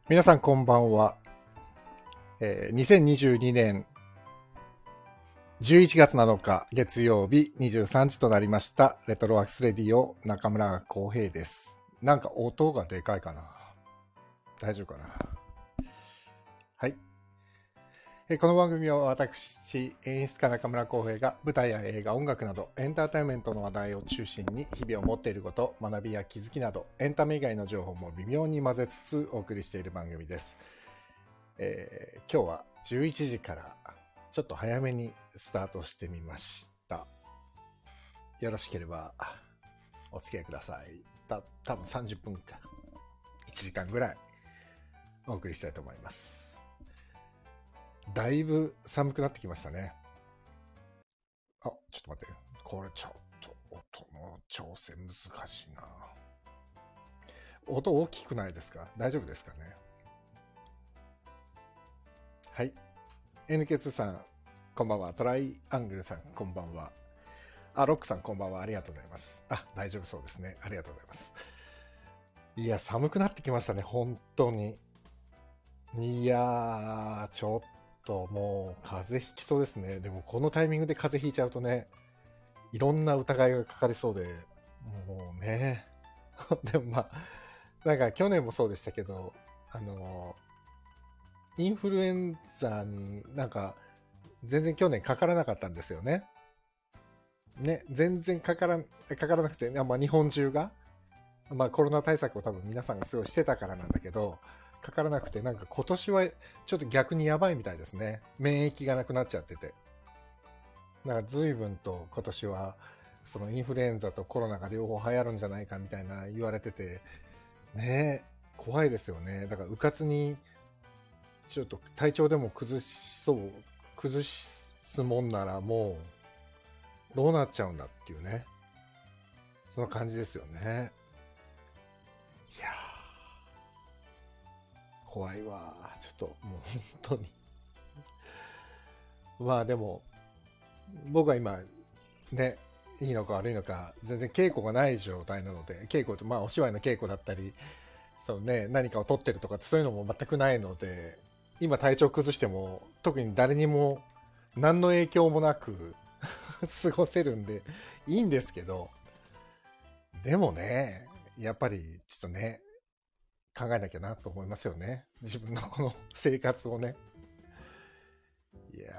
皆さんこんばんは。2022年11月7日月曜日23時となりました。レトロワークスレディオ中村浩平です。なんか音がでかいかな？大丈夫かな？はい。この番組は私、演出家中村浩平が舞台や映画、音楽などエンターテインメントの話題を中心に日々を持っていること、学びや気づきなどエンタメ以外の情報も微妙に混ぜつつお送りしている番組です。今日は11時からちょっと早めにスタートしてみました。よろしければお付き合いください。多分30分か1時間ぐらいお送りしたいと思います。だいぶ寒くなってきましたね。ちょっと待って。これちょっと音の調整難しいな。音大きくないですか？大丈夫ですかね？はい。NK2 さん、こんばんは。トライアングルさん、こんばんは。ロックさん、こんばんは。ありがとうございます。大丈夫そうですね。ありがとうございます。いや、寒くなってきましたね。本当に。いやー、ちょっともう、風邪ひきそうですね。でも、このタイミングで風邪ひいちゃうとね、いろんな疑いがかかりそうで、もうね。でもまあ、なんか去年もそうでしたけど、インフルエンザになんか、全然去年かからなかったんですよね。ね、全然かからなくて、まあ、日本中が、まあ、コロナ対策を多分皆さんがすごいしてたからなんだけど、かからなくて、なんか今年はちょっと逆にやばいみたいですね。免疫がなくなっちゃってて。なんか随分と今年は、そのインフルエンザとコロナが両方流行るんじゃないかみたいな言われてて、ね、怖いですよね。だからうかつに、ちょっと体調でも崩すもんならもう、どうなっちゃうんだっていうね。その感じですよね。いやー、怖いわ。ちょっともう本当に。まあでも、僕は今、ね、いいのか悪いのか、全然稽古がない状態なので、稽古と、まあお芝居の稽古だったり、そうね、何かを撮ってるとかってそういうのも全くないので、今体調崩しても、特に誰にも何の影響もなく過ごせるんで、いいんですけど、でもね、やっぱりちょっとね、考えなきゃなと思いますよね。自分のこの生活をね。いや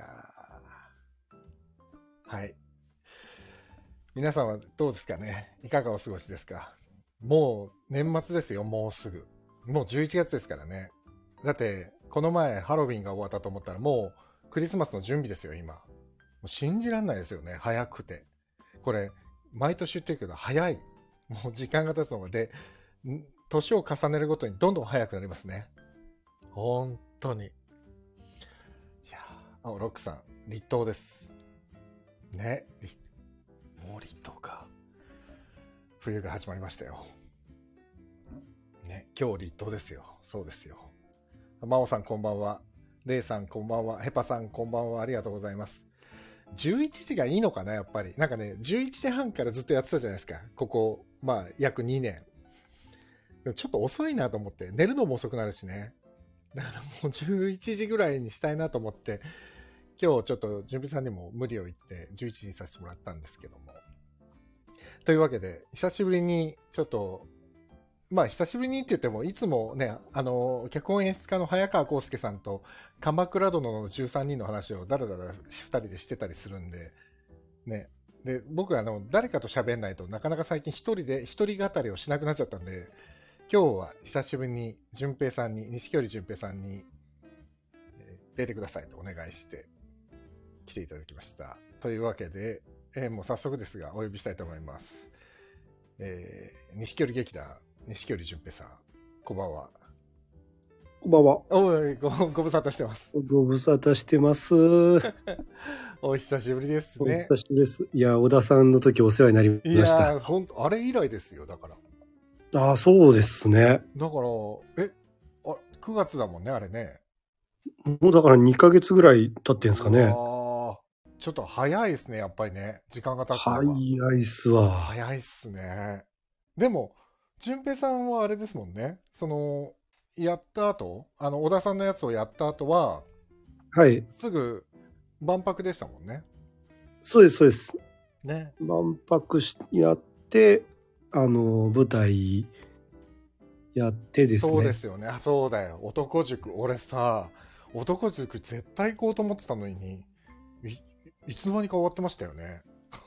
ー、はい。皆さんはどうですかね？いかがお過ごしですか？もう年末ですよ、もうすぐ。もう11月ですからね。だって、この前ハロウィンが終わったと思ったらもうクリスマスの準備ですよ、今。もう信じらんないですよね、早くて。これ、毎年言ってるけど、早い。もう時間が経つので、年を重ねるごとにどんどん早くなりますね。本当に。いやロックさん、立冬です。ね、もう立冬か。冬が始まりましたよ。ね、今日立冬ですよ。そうですよ。真央さんこんばんは。レイさんこんばんは。ヘパさんこんばんは。ありがとうございます。11時がいいのかな、やっぱり。なんかね、11時半からずっとやってたじゃないですか。ここ、まあ、約2年。でもちょっと遅いなと思って、寝るのも遅くなるしね。だからもう11時ぐらいにしたいなと思って、今日ちょっと準備さんにも無理を言って11時にさせてもらったんですけども。というわけで、久しぶりにちょっと、まあ久しぶりにって言っても、いつもね、脚本演出家の早川康介さんと、鎌倉殿の13人の話をだらだら2人でしてたりするんで、ね。で、僕は誰かと喋んないとなかなか最近一人語りをしなくなっちゃったんで、今日は久しぶりに錦織淳平さんに出てくださいとお願いして来ていただきました。というわけで、もう早速ですがお呼びしたいと思います。錦織劇団、錦織淳平さん、こんばんは。 こんばんは。 ご無沙汰してます。 ご無沙汰してます。 お久しぶりですおね。 久しぶりです。いや、小田さんの時お世話になりいました。 やー、ほんと、あれ以来ですよ、だから。 ああ、そうですね。 だから、9月だもんね、あれね。 もうだから2ヶ月ぐらい経ってんすかね。 ちょっと早いですね、やっぱりね。時間が経つのが。 早いっすわ。 早いっすね。でも、淳平さんはあれですもんね。 やった後、小田さんのやつをやった後は、 はい。 すぐ万博でしたもんね。 そうです、そうです。 ね。 万博やって、舞台やってですそうでね。 すよね。あ、そうだよ。男塾。俺さ、男塾絶対行こうと思ってたのに、い、いつの間にか終わってましたよね。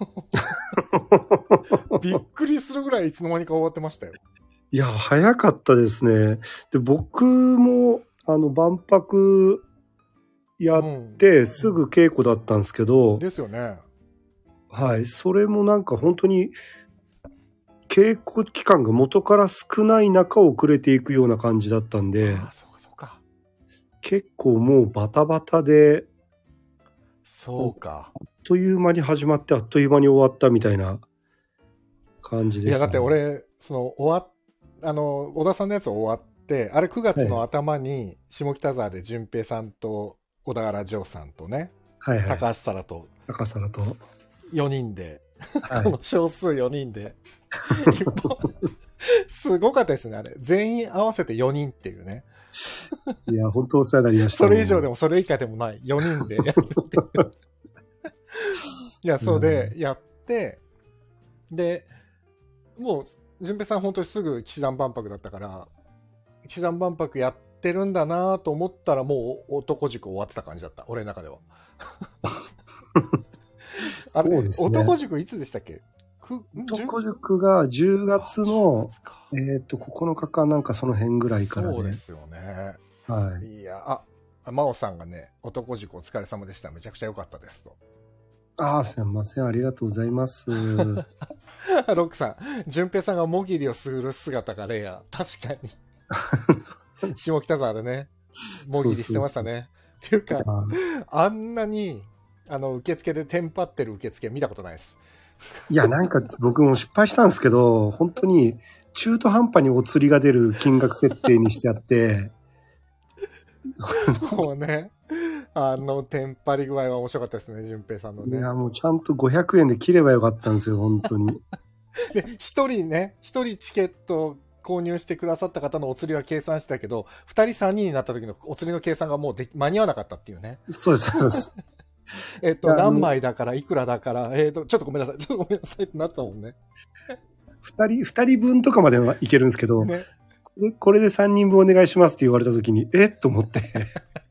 びっくりするぐらいいつの間にか終わってましたよ。 いや、早かったですね。で、僕も、万博やっうん。 て、すぐ稽古だったんですけど、 ですよね。 はい。それもなんか本当に、稽古期間が元から少ない中遅れていくような感じだったんで、 ああ、そうかそうか。 結構もうバタバタで、あっそうか。 という間に始まってあっという間に終わったみたいな感じいや、だでしたね。 って俺、小田さんのやつ終わって、あれ9月のはい。 頭に、下北沢で淳平さんと小田原丈さんとね、 はいはい。 高橋沙羅と高皿と。 4人で、 はい。 この少数4人で、一本、すごかったですね、あれ。全員合わせて4人っていうね。 いや、本当お世話になりました、 それ以上でももそれ以下でもない4人でやるっていう。いや、 う。うそうで、 ん。 やって、で、もう、淳平さん本当にすぐ騎士団万博だったから、騎士団万博やってるんだなと思ったらもう男塾終わってた感じだった、俺の中では。あそうれ、 ですね。 男塾いつでしたっけ？ 男塾が10 あ、10 月の、 月か。 9日かなんかその辺ぐらいからで。 そうですよね。 はい。 いや、真央さんがね、男塾お疲れ様でした。めちゃくちゃ良かったですと。 ああ、すいません。ありがとうございます。 ロックさん、淳平さんがもぎりをする姿がレア。確かに。下北沢でね、もそうぎりしてそうそう。 ましたね。っていうか、 あーあんなに、受付でテンパってる受付見たことないです。 いや、なんか僕も失敗したんですけど、本当に中途半端にお釣りが出る金額設定にしちゃって、 もうね、テンパり具合は面白かったですね、淳平さんのね。 いや、もうちゃんと500円で切ればよかったんですよ、本当に。 で、一人チケット購入してくださった方のお釣りは計算してたけど、二人三人になった時のお釣りの計算がもう間に合わなかったっていうね。 そうです、そうです。いや、 何枚だから、いくらだから、ちょっとごめんなさい、ちょっとごめんなさいってなったもんね。 二人分とかまではいけるんですけど、 ね。 これで3人分お願いしますって言われた時に、えっと思って。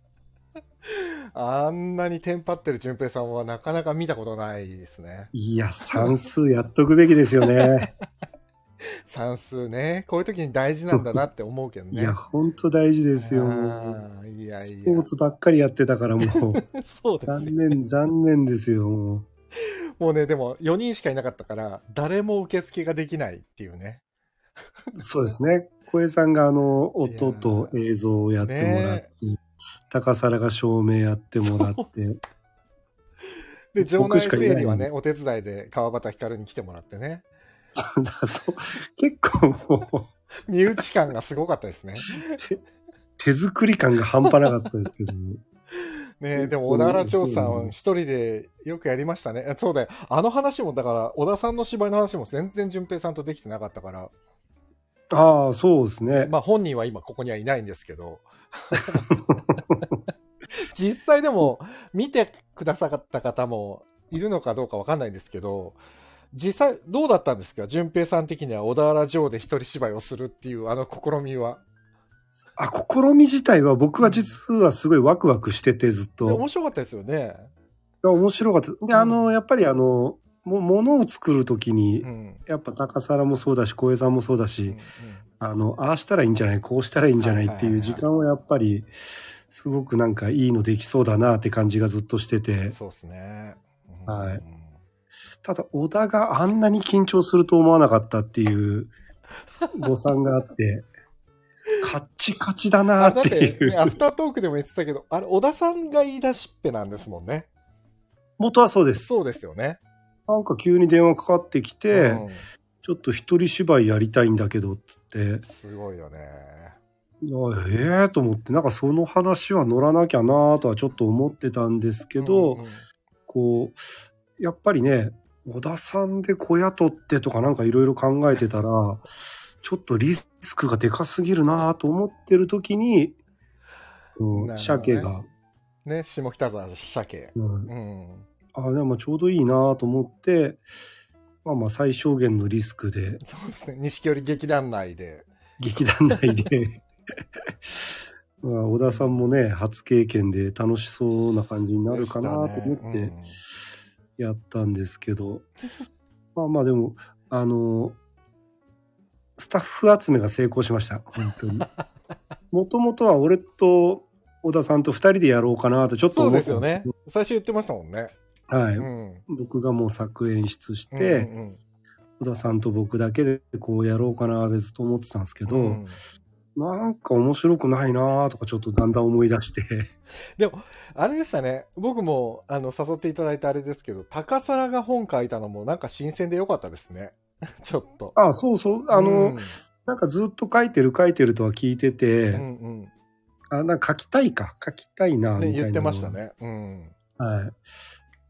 あんなにテンパってる淳平さんはなかなか見たことないですね。 いや、算数やっとくべきですよね。 算数ね。こういう時に大事なんだなって思うけどいや、 ね。 ほんと大事ですよ、もう。 ああ、いやスいや。 ポーツばっかりやってたからもう、 そうですよね。 残念ですよ、ももうね、でも4人しかいなかったから、誰も受付ができないっていうね。 う。そうですね。小江さんがいや音と映像をやー、 ってもらって、 ねえ。 高皿が照明やってもらっそう。 て、 で、場内僕しかいないんで。 整理はね、お手伝いで川端光に来てもらってね。 そう、結構も身内感がすごかったですね。 う、手作り感が半端なかったですけども。 ねえ、 本でも小田原当に、 長さん一人でよくやりましたね。そうだよ。あの話も、だから小田さんの芝居の話も全然淳平さんとできてなかったから、 ああ、そうですね。 まあ本人は今ここにはいないんですけど、実際でそう。 も見てくださった方もいるのかどうかわかんないんですけど、実際どうだったんですか？淳平さん的には小田原城で一人芝居をするっていうあの試みは。 試み自体は僕はうん。 実はすごいワクワクしててずっで、 と。 面白かったですよね。 いや面白かった。で、 うん。 やっぱり物を作るときに、 うん。 やっぱ高皿もそうだし、小江さんもそうだうん。うし、 ん。 ああしたらいいんじゃない、こうしたらいいんじゃないっはいはいていう時はいはい。 間はやっぱり、すごくなんかいいのできそうだなって感じがずっとしてて、 そうですね。うはい。 ん。 ただ、小田があんなに緊張すると思わなかったっていう誤算があって、カッチカチだなっだっててね、アいう。 フタートークでも言ってたけど、あれ、小田さんが言い出しっぺなんですもんね。 元はそうです。 そうですよね。 なんか急に電話かかってきうて、 ん。 ちょっと一人芝居やりたいんだけど、つって、 すごいよね。 いやと思って、なんかその話は乗らなきゃなとはちょっと思ってたんですうんうんけど、 うん。 こう、やっぱりね、小田さんで小屋取ってとかなんかいろいろ考えてたら、 ちょっとリスクがでかすぎるなと思ってる時に、鮭が。 ね、下北沢鮭。 でもちょうどいいなと思って、最小限のリスクで。 そうですね。錦織劇団内で。 小田さんもね、初経験で楽しそうな感じになるかなと思ってやったんですけど、でも、スタッフ集めが成功しました。本当に。もともとは俺と小田さんと2人でやろうかなとちょっと思ってたんですけど。 そうですよね。最初言ってましたもんね。 はい。僕がもう作演出して、小田さんと僕だけでこうやろうかなってずっと思ってたんですけど、なんか面白くないなとかちょっとだんだん思い出して。 でも、あれでしたね。僕も誘っていただいてあれですけど、高皿が本書いたのもなんか新鮮でよかったですね。ちょっと。 そうそう。なんかずっと書いてるとは聞いてて、なんか書きたいな、みたいな。 言ってましたね。 はい。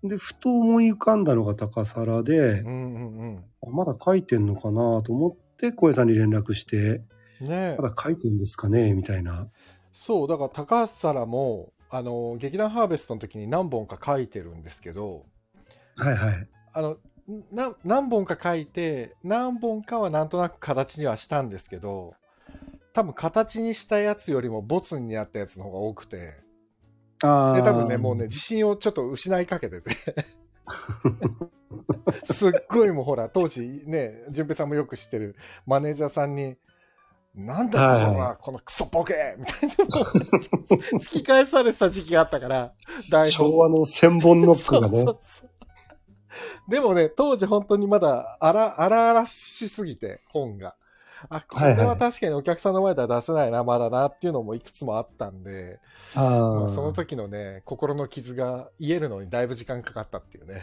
で、ふと思い浮かんだのが高皿で、まだ書いてんのかなと思って、小江さんに連絡して、まだ書いてんですかねみたいな。 そう、だから高皿も、劇団ハーベストの時に何本か書いてるんですけど、何本か書いて、何本かはなんとなく形にはしたんですけど、多分形にしたやつよりもボツになったやつの方が多くて、で、多分ね、もうね、自信をちょっと失いかけてて、すっごいもうほら、当時ね、淳平さんもよく知ってるマネージャーさんに、なんだこのクソボケみたいな突き返されてた時期があったから、 昭和の千本ノックがね。 でもね、当時本当にまだ荒しすぎて、本が。これは確かにお客さんの前では出せないな、まだなっていうのもいくつもあったんで、その時のね、心の傷が癒えるのにだいぶ時間かかったっていうね。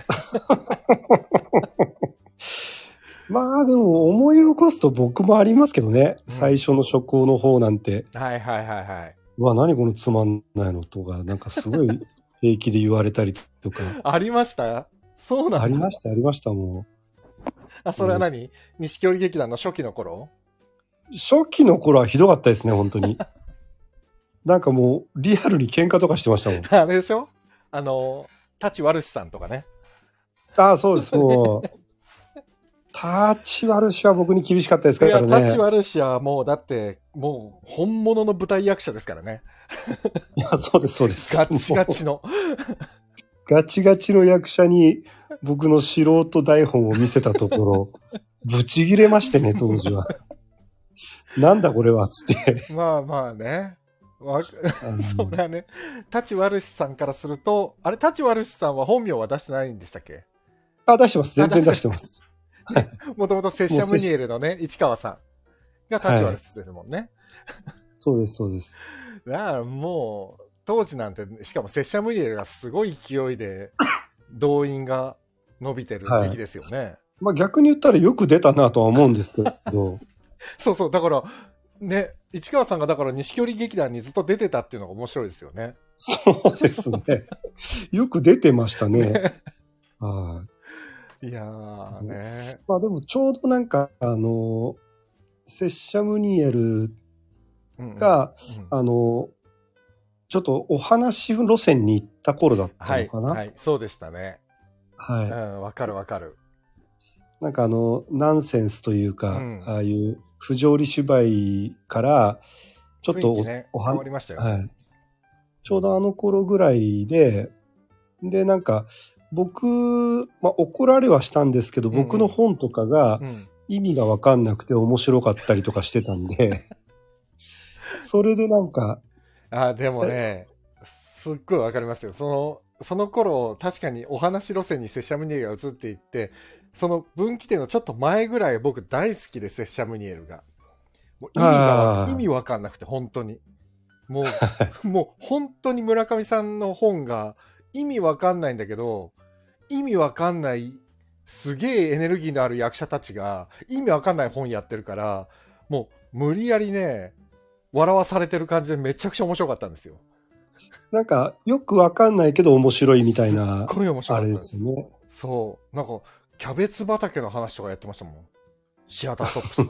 でも思い起こすと僕もありますけどね、最初の初稿の方なんて。うわ、何このつまんないのとか、なんかすごい平気で言われたりとか。 ありました？そうなんだ。 ありましたもう。それは何？錦織劇団の初期の頃？ 初期の頃はひどかったですね、本当に。なんかもう、リアルに喧嘩とかしてましたもん。 あれでしょ？舘悪さんとかね。 そうです、もう。舘悪しは僕に厳しかったですからね。 舘悪しはもう、だって、もう、本物の舞台役者ですからね。 そうです。 ガチガチの。 ガチガチの役者に僕の素人台本を見せたところ、ブチギレましてね、当時は。なんだこれは、つって。 ね。それはね、舘悪さんからすると、あれ、舘悪さんは本名は出してないんでしたっけ？ 出してます。全然出してます。 もともと拙者ムニエルのね、市川さんが舘悪ですもんね。 そうです。 だからもう、当時なんて、しかも拙者ムニエルがすごい勢いで動員が伸びてる時期ですよね。 逆に言ったらよく出たなとは思うんですけど。 そう、だから、ね、市川さんがだから錦織劇団にずっと出てたっていうのが面白いですよね。 そうですね。よく出てましたね。 いやーね。 でもちょうどなんか、拙者ムニエルが、ちょっとお話路線に行った頃だったのかな。 そうでしたね。わかる。 なんかナンセンスというか、ああいう不条理芝居からちょっと変わりましたよね。 ちょうどあの頃ぐらいでなんか僕、怒られはしたんですけど、僕の本とかが意味が分かんなくて面白かったりとかしてたんでそれでなんかでもね、すっごい分かりますよ。その頃確かにお話路線に拙者ムニエルが移っていって、その分岐点のちょっと前ぐらい僕大好きで、拙者ムニエルがもう意味分かんなくて、本当にもう本当に村上さんの本が意味分かんないんだけど、意味わかんないすげえエネルギーのある役者たちが意味わかんない本やってるから、もう無理やりね笑わされてる感じでめちゃくちゃ面白かったんですよ。 なんかよくわかんないけど面白いみたいな。 すっごい面白かったんです。 あれですよね。 そう、なんかキャベツ畑の話とかやってましたもん、シアタートップスで。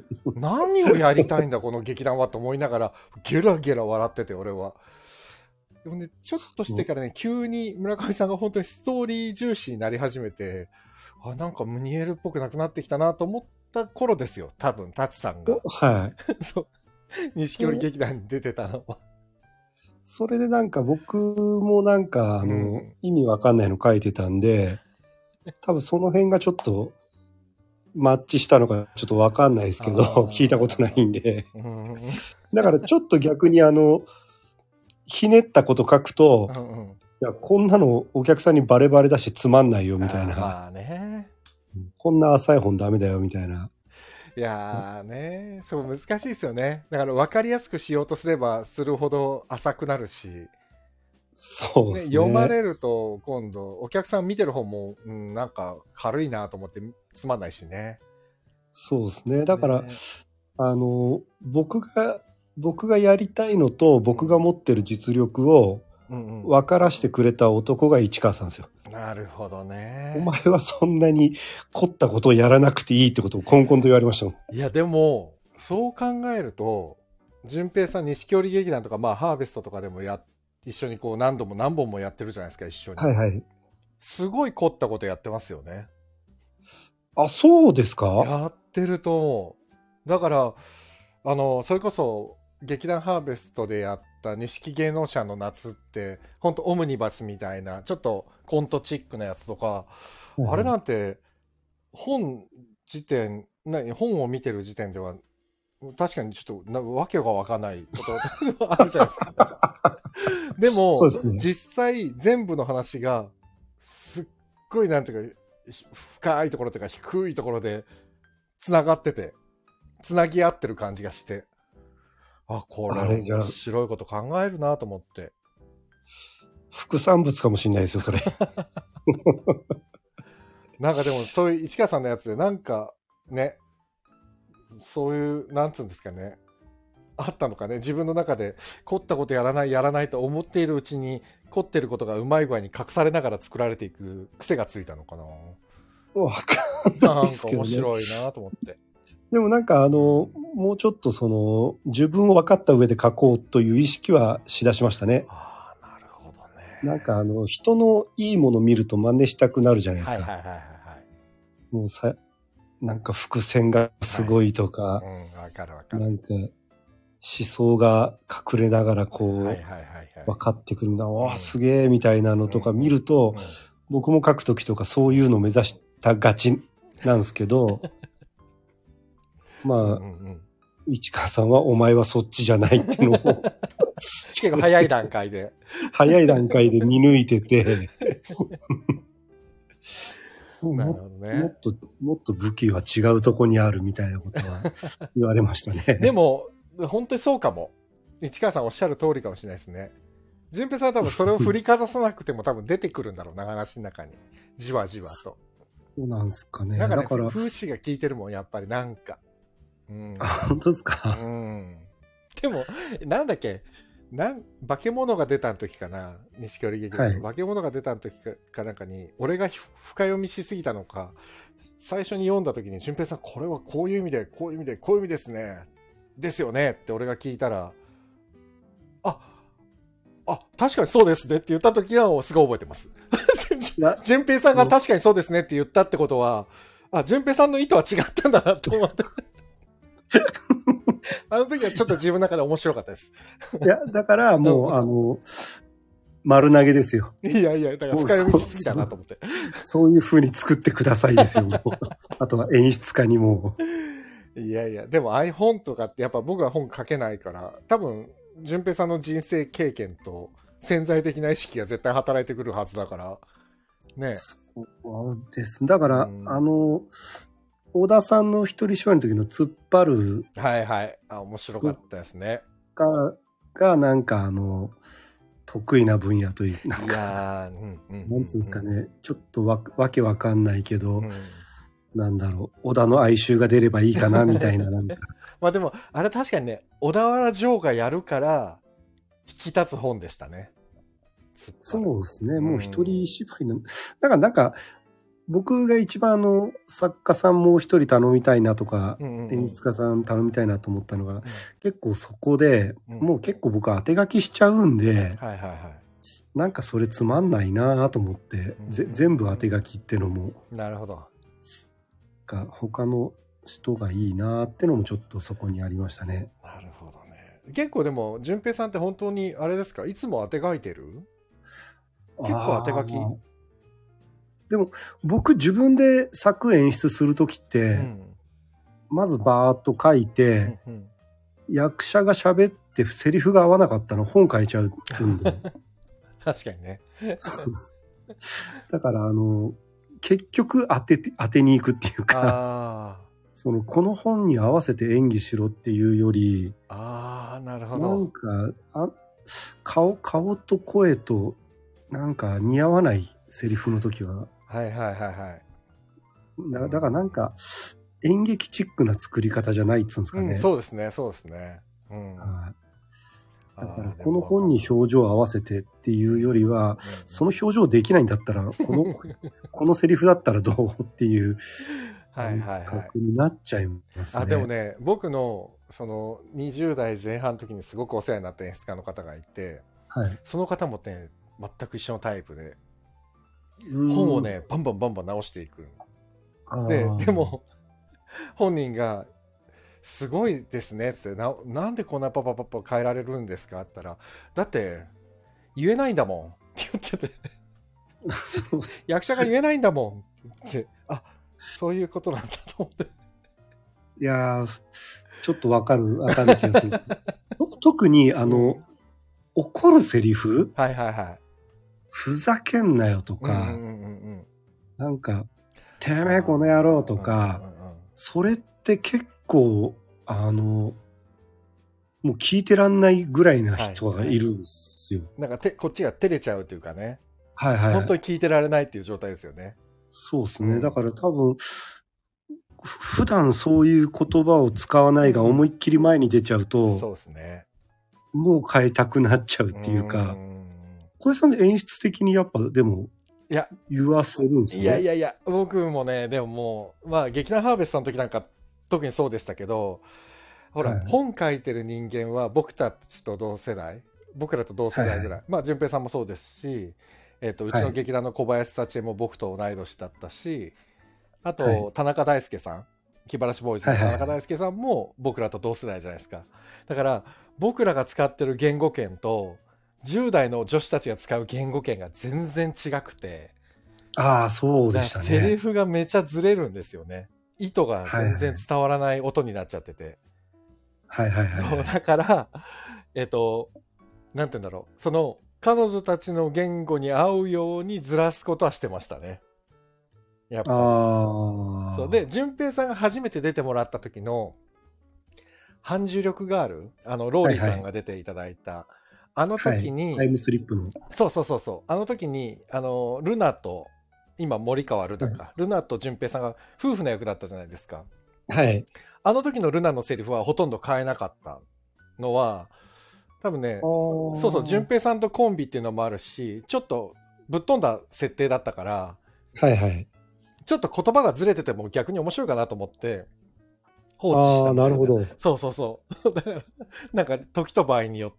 何をやりたいんだこの劇団はと思いながらゲラゲラ笑ってて、俺は。でもね、ちょっとしてからね、急に村上さんが本当にストーリー重視になり始めて、あ、なんかムニエルっぽくなくなってきたなと思った頃ですよ、多分達さんが。 はい。 そう、錦織劇団に出てたのは。 それでなんか僕もなんか意味わかんないの書いてたんで、多分その辺がちょっとマッチしたのかちょっとわかんないですけど、聞いたことないんで。だからちょっと逆にひねったこと書くと、いや、こんなのお客さんにバレバレだしつまんないよみたいな。 まあね。 こんな浅い本ダメだよみたいな。 いやーね、そう難しいですよね。だから分かりやすくしようとすればするほど浅くなるし、 そうですね。 読まれると今度お客さん見てる方も、なんか軽いなと思ってつまんないしね。 そうですね。だから、僕がやりたいのと僕が持ってる実力を分からしてくれた男が市川さんですよ。 なるほどね。 お前はそんなに凝ったことをやらなくていいってことをコンコンと言われましたもん。 いやでもそう考えると順平さん錦織劇団とか、まあハーベストとかでも一緒にこう何本もやってるじゃないですか、一緒に。 はいはい。 すごい凝ったことやってますよね。 あ、そうですか？ やってると思う。だからそれこそ劇団ハーベストでやった錦芸能者の夏って本当オムニバスみたいなちょっとコントチックなやつとか、あれなんて本を見てる時点では確かにちょっとわけがわかんないことあるじゃないですか。でもね、 実際全部の話がすっごいなんていうか深いところというか低いところでつながっててつなぎ合ってる感じがして、あ、これ面白いこと考えるなと思って。 副産物かもしれないですよそれ。 なんかでもそういう市川さんのやつでなんかね、そういうなんつうんですかね、あったのかね、自分の中で凝ったことやらないと思っているうちに凝ってることがうまい具合に隠されながら作られていく癖がついたのかな。 わかんないですけどね。 なんか面白いなと思って。 でもなんかもうちょっと自分を分かった上で書こうという意識はしだしましたね。 ああ、なるほどね。 なんか人のいいもの見ると真似したくなるじゃないですか。もうなんか伏線がすごいとか、 わかるわかる。 なんか思想が隠れながらこう、分かってくるんだ、わあすげえみたいなのとか見ると、僕も書くときとかそういうのを目指したがちなんですけど、まあ、市川さんはお前はそっちじゃないっていうのを結構早い段階で見抜いててなるほどね、 もっと武器は違うとこにあるみたいなことは言われましたね。 でも本当にそうかも。市川さんおっしゃる通りかもしれないですね。順平さんは多分それを振りかざさなくても多分出てくるんだろうな、話の中にじわじわと。 そうなんすかね。 だから風刺が効いてるもんやっぱりなんか。 本当ですか？ でもなんだっけ、化け物が出た時かな、錦織劇団の化け物が出た時かなんかに俺が深読みしすぎたのか、最初に読んだ時に順平さんこれはこういう意味でこういう意味でこういう意味ですねですよねって俺が聞いたら、確かにそうですねって言った時はすごい覚えてます。順平さんが確かにそうですねって言ったってことは、順平さんの意図は違ったんだなと思って。あの時はちょっと自分の中で面白かったです。 いや、だからもう、丸投げですよ。 いや、だから深読みしすぎだなと思って。 そういう風に作ってくださいですよ。あとは演出家にも。 いや、でもiPhone とかってやっぱ僕は本書けないから、多分、順平さんの人生経験と潜在的な意識が絶対働いてくるはずだから、ね。 そうです。だから、小田さんの一人芝居の時の突っ張る。 面白かったですね。 がなんか得意な分野という、なんか、なんつうんですかね、ちょっとわけわかんないけど、なんだろう、小田の哀愁が出ればいいかなみたいな、なんか。 まあでも、あれ確かにね、小田原城がやるから、引き立つ本でしたね。 そうですね、もう一人芝居の、だからなんか、 僕が一番作家さんもう一人頼みたいなとか、 うんうんうん、 演出家さん頼みたいなと思ったのが、結構そこで、もう結構僕は当て書きしちゃうんで、 はいはいはい、 なんかそれつまんないなと思って、全部当て書きってのも、 なるほど。 他の人がいいなってのもちょっとそこにありましたね。 なるほどね。結構でも順平さんって本当にあれですか、いつも当て書いてる？結構当て書き？ でも僕自分で作演出するときって、まずバーッと書いて、役者が喋ってセリフが合わなかったの本書いちゃうんで。 確かにね。 だから結局当てに行くっていうか、この本に合わせて演技しろっていうより、 なるほど。 なんか顔と声となんか似合わないセリフの時は、 はいはいはいはい。 だからなんか演劇チックな作り方じゃないっつうんですかね。 そうですねそうですね。 だからこの本に表情を合わせてっていうよりは、その表情できないんだったらこのセリフだったらどうっていう感覚になっちゃいますね。 でもね、僕のその20代前半の時にすごくお世話になった演出家の方がいて、その方もね全く一緒のタイプで、本をねバンバン直していく。でも本人がすごいですねっつって、なんでこんなパパ変えられるんですかって言ったら、だって言えないんだもんって言ってて役者が言えないんだもんって、そういうことなんだと思って。 いやー、ちょっとわかる気がする。特に怒るセリフ、ふざけんなよとか、なんかてめえこの野郎とか、それって結構もう聞いてらんないぐらいな人がいるんですよ。 なんかこっちが照れちゃうというかね。本当に聞いてられないっていう状態ですよね。 そうですね。だから多分普段そういう言葉を使わないが思いっきり前に出ちゃうと、 そうですね。 もう変えたくなっちゃうっていうか、小江さんで演出的にやっぱでも言わせるんですね。 いや僕もね、でももう劇団ハーベストの時なんか特にそうでしたけど、ほら、本書いてる人間は僕たちと同世代、僕らと同世代ぐらい、順平さんもそうですし、うちの劇団の小林幸恵も僕と同い年だったし、あと、田中大輔さん、気晴らしボーイズの田中大輔さんも僕らと同世代じゃないですか。だから僕らが使ってる言語圏と10代の女子たちが使う言語圏が全然違くて、 そうでしたね。 セリフがめちゃずれるんですよね。意図が全然伝わらない音になっちゃってて。そうだから、なんて言うんだろう、その彼女たちの言語に合うようにずらすことはしてましたね。やっぱり。そうで、順平さんが初めて出てもらった時の反重力ガール、ローリーさんが出ていただいた、あの時に、 タイムスリップの。 そう。あの時に、ルナと、今森川ルナか、ルナと順平さんが夫婦の役だったじゃないですか。あの時のルナのセリフはほとんど変えなかったのは、多分ね、そう順平さんとコンビっていうのもあるし、ちょっとぶっ飛んだ設定だったから、ちょっと言葉がずれてても逆に面白いかなと思って放置した。 なるほど。 そうだからなんか時と場合によって、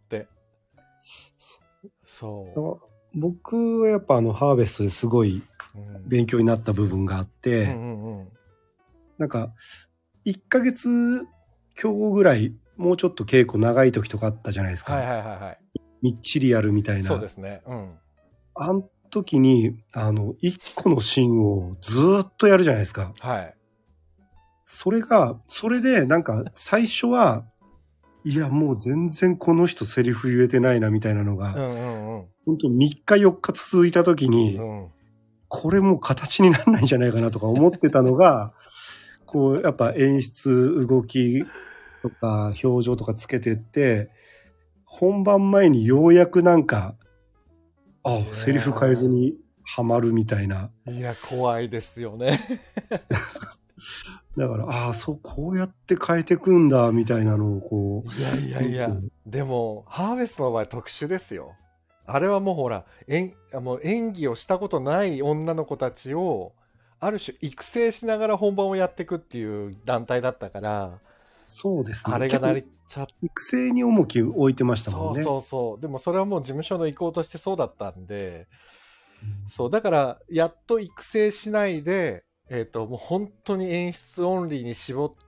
そう僕はやっぱハーベストですごい勉強になった部分があって、なんか1ヶ月強ぐらいもうちょっと稽古長い時とかあったじゃないですか。みっちりやるみたいな。 そうですね。 あん時に1個のシーンをずっとやるじゃないですか。それでなんか最初はいやもう全然この人セリフ言えてないなみたいなのが、本当3日4日続いた時に、これもう形にならないんじゃないかなとか思ってたのがこうやっぱ演出動きとか表情とかつけてって本番前にようやくなんかセリフ変えずにハマるみたいな。 いや怖いですよねだからこうやって変えてくんだみたいなのをこう。いやでもハーベストの場合特殊ですよ。あれはもうほらもう演技をしたことない女の子たちをある種育成しながら本番をやっていくっていう団体だったから、 そうですね。 あれが成りちゃって、 育成に重きを置いてましたもんね。 そうそうそう。でもそれはもう事務所の意向としてそうだったんで、 うんそう、だからやっと育成しないで、もう本当に演出オンリーに絞って、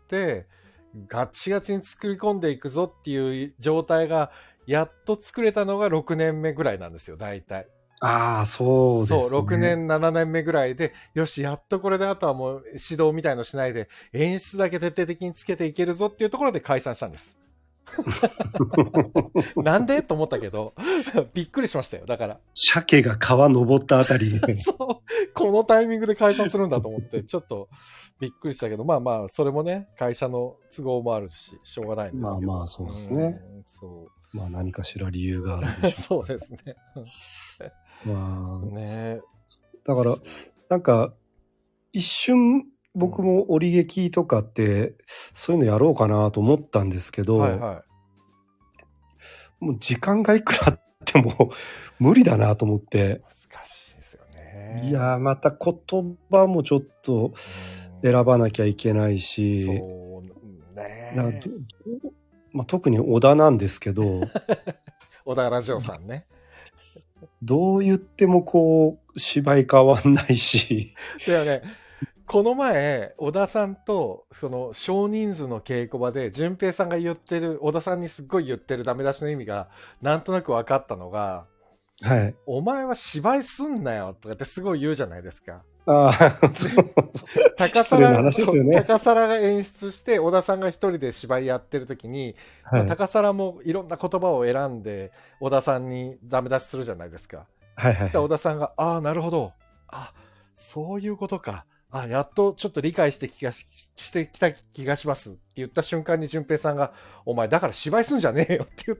ガチガチに作り込んでいくぞっていう状態が、やっと作れたのが6年目ぐらいなんですよ、大体。 ああ、そうですね。 そう、6年、7年目ぐらいで、よし、やっとこれであとはもう指導みたいのしないで、演出だけ徹底的につけていけるぞっていうところで解散したんです。なんでと思ったけど、びっくりしましたよ、だから。 鮭が川登ったあたりで。 そう、このタイミングで解散するんだと思って、ちょっとびっくりしたけど、まあまあ、それもね、会社の都合もあるし、しょうがないんですけど。 まあまあ、そうですね。 そうまあ何かしら理由があるでしょう。そうですね。 まあ、 ね、 だから、なんか、一瞬、僕も折劇とかって、そういうのやろうかなと思ったんですけど、 はいはい、 もう時間がいくらあっても無理だなと思って。 難しいですよね。 いや、また言葉もちょっと選ばなきゃいけないし、 そうね。 なんかまあ、特に小田なんですけど、 小田ラジオさんね。 どう言ってもこう、芝居変わんないし。 だよね。この前、小田さんと、その、少人数の稽古場で、淳平さんが言ってる、小田さんにすっごい言ってるダメ出しの意味が、なんとなく分かったのが、 はい。 お前は芝居すんなよ、とかってすごい言うじゃないですか。 ああ、 高皿が演出して、小田さんが一人で芝居やってる時に、 はい、 まあ、高皿もいろんな言葉を選んで、小田さんにダメ出しするじゃないですか。 はいはい、 小田さんが、ああ、なるほど。あ、そういうことか。あ、やっとちょっと理解してきた気がしますって言った瞬間に淳平さんが、お前だから芝居すんじゃねえよって言った。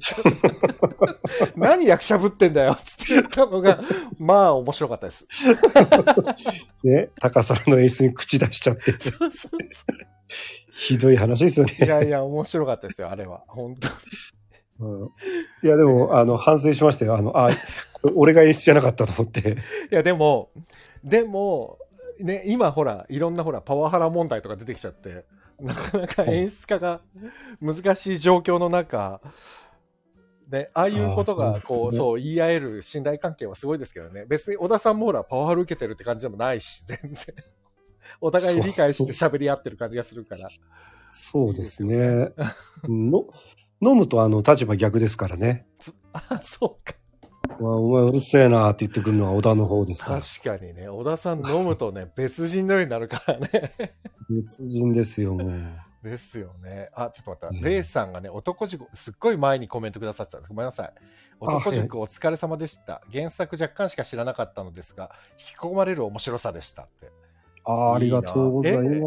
何役者ぶってんだよって言ったのが、まあ面白かったです。 ね、高皿の演出に口出しちゃって。そうそうそう、ひどい話ですよね。 いやいや、面白かったですよ、あれは。本当に。 うん、いや、でも、反省しましたよ。俺が演出じゃなかったと思って。 いや、でも、ね、今ほら、いろんなほら、パワハラ問題とか出てきちゃって、なかなか演出家が難しい状況の中、ね、ああいうことが、こう、そう、言い合える信頼関係はすごいですけどね。別に小田さんもほら、パワハラ受けてるって感じでもないし、全然。お互い理解して喋り合ってる感じがするから。 そうですね。飲むと立場逆ですからね。 あ、そうか。 お前うるせえなって言ってくるのは小田の方ですから。 確かにね、小田さん飲むとね、別人のようになるからね。 別人ですよ、もう。 ですよね。あ、ちょっと待った。レイさんがね、男塾、すっごい前にコメントくださってたんです。ごめんなさい。男塾お疲れ様でした。原作若干しか知らなかったのですが、引き込まれる面白さでしたって。 ありがとうございます。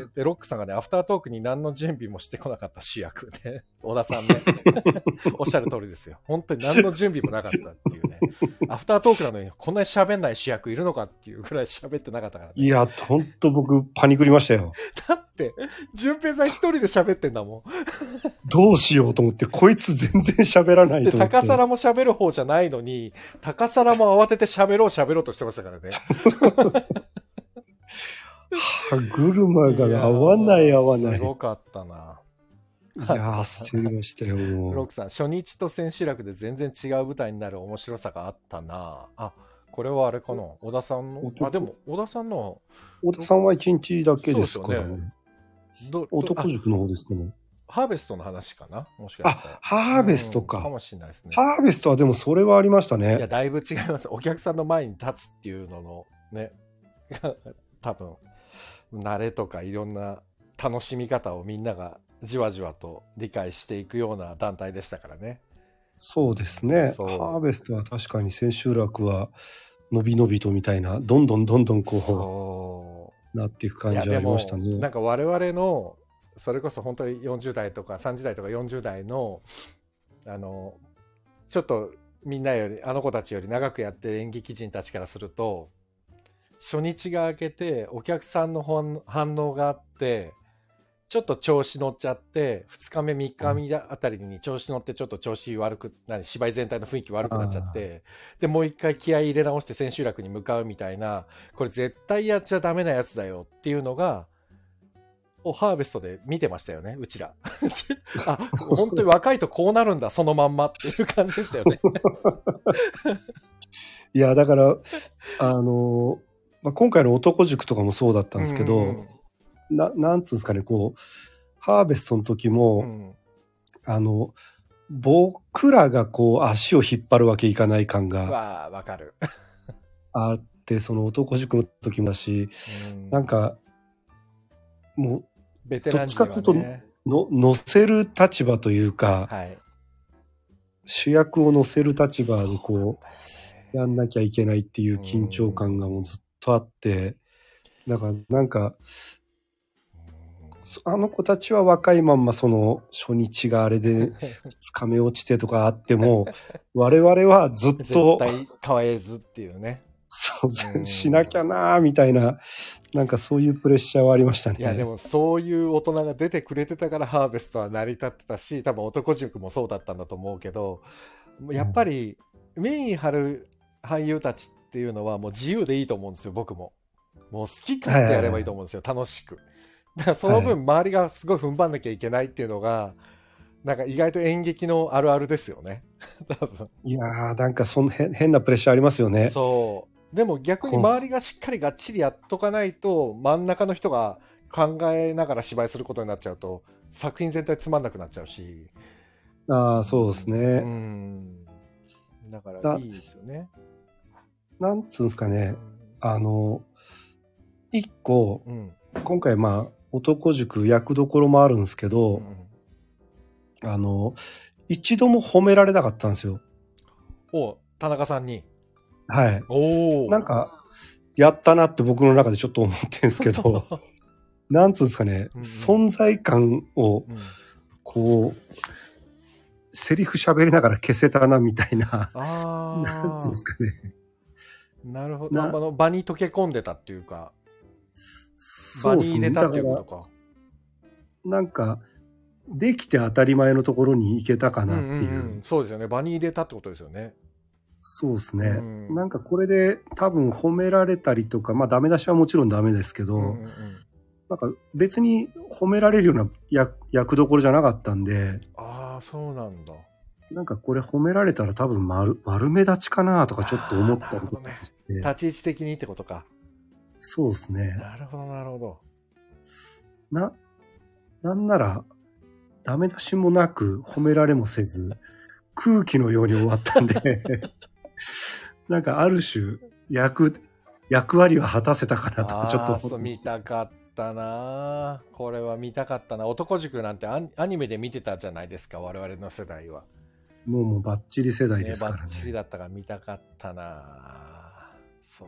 で、ロックさんがね、アフタートークに何の準備もしてこなかった主役で、小田さんね。おっしゃる通りですよ。本当に何の準備もなかったっていうね。アフタートークなのにこんなに喋んない主役いるのかっていうぐらい喋ってなかったからね。 いや、ほんと僕パニクりましたよ。 だって、淳平さん一人で喋ってんだもん。 どうしようと思って、こいつ全然喋らないと思って。 高皿も喋る方じゃないのに、高皿も慌てて喋ろうとしてましたからね。 歯車が合わない。 すごかったな。 いや焦りましたよ。 ロックさん、初日と千秋楽で全然違う舞台になる面白さがあったな。あ、これはあれかな、小田さんの。あ、でも小田さんの。 小田さんは1日だけですからね。男塾の方ですかね。 ハーベストの話かな、もしかしたら。 ハーベストか。 かもしれないですね。 ハーベストはでもそれはありましたね。 いや、だいぶ違います。お客さんの前に立つっていうののね、多分、慣れとかいろんな楽しみ方をみんながじわじわと理解していくような団体でしたからね。 そうですね。ハーベストは確かに千秋楽はのびのびとみたいな、どんどんこうなっていく感じはありましたね。 なんか我々のそれこそ本当に40代とか30代とか40代のちょっとみんなよりあの子たちより長くやってる演劇人たちからすると、初日が明けてお客さんの反応があって、 ちょっと調子乗っちゃって、2日目、3日目あたりに調子乗って、ちょっと調子悪く、芝居全体の雰囲気悪くなっちゃって、で、もう一回気合い入れ直して千秋楽に向かうみたいな、これ絶対やっちゃダメなやつだよっていうのが、ハーベストで見てましたよね、うちら。あ、本当に若いとこうなるんだ、そのまんまっていう感じでしたよね。 いや、だから、今回の男塾とかもそうだったんですけど、なんつうんですかね、こう、ハーベストの時も、僕らがこう足を引っ張るわけいかない感がわかる。 あって、その男塾の時もだし、なんか、もう、 ベテラン、 どっちかというと乗せる立場というか、 はい、 主役を乗せる立場でこう、やんなきゃいけないっていう緊張感がもうずっとあって、だからなんか、あの子たちは若いまんまその初日があれで2日目落ちてとかあっても、我々はずっと絶対変わえずっていうね。 そうしなきゃなーみたいな、なんかそういうプレッシャーはありましたね。 いやでもそういう大人が出てくれてたからハーベストは成り立ってたし、多分男塾もそうだったんだと思うけど、やっぱりメイン張る俳優たちっていうのはもう自由でいいと思うんですよ、僕も。もう好き勝手やればいいと思うんですよ、楽しく。だからその分周りがすごい踏ん張んなきゃいけないっていうのが、なんか意外と演劇のあるあるですよね。多分。 いやー、なんかその変なプレッシャーありますよね。 そう。でも逆に周りがしっかりがっちりやっとかないと、真ん中の人が考えながら芝居することになっちゃうと、作品全体つまんなくなっちゃうし。 ああ、そうですね。 だからいいですよね。 なんつうんですかね。一個、今回男塾役どころもあるんですけど、一度も褒められなかったんですよ。 田中さんに。 はい。なんか、やったなって僕の中でちょっと思ってるんですけど、なんつうんですかね、存在感を、こう、セリフ喋りながら消せたなみたいな、なんつうんですかね。 なるほど。場に溶け込んでたっていうか、場に入れたっていうことか。 なんか、できて当たり前のところに行けたかなっていう。 そうですよね。場に入れたってことですよね。 そうですね。なんかこれで多分褒められたりとか、ダメ出しはもちろんダメですけど、なんか別に褒められるような役どころじゃなかったんで。 ああ、そうなんだ。 なんかこれ褒められたら多分悪目立ちかなとかちょっと思ったりとかして、 立ち位置的にってことか。 そうですね。 なるほど、なるほど。 なんなら、ダメ出しもなく褒められもせず、空気のように終わったんで、なんかある種、役割は果たせたかなとかちょっと思って。 見たかったな。これは見たかったな。男塾なんてアニメで見てたじゃないですか、我々の世代は。 もうバッチリ世代ですからね。 バッチリだったから見たかったな。そう。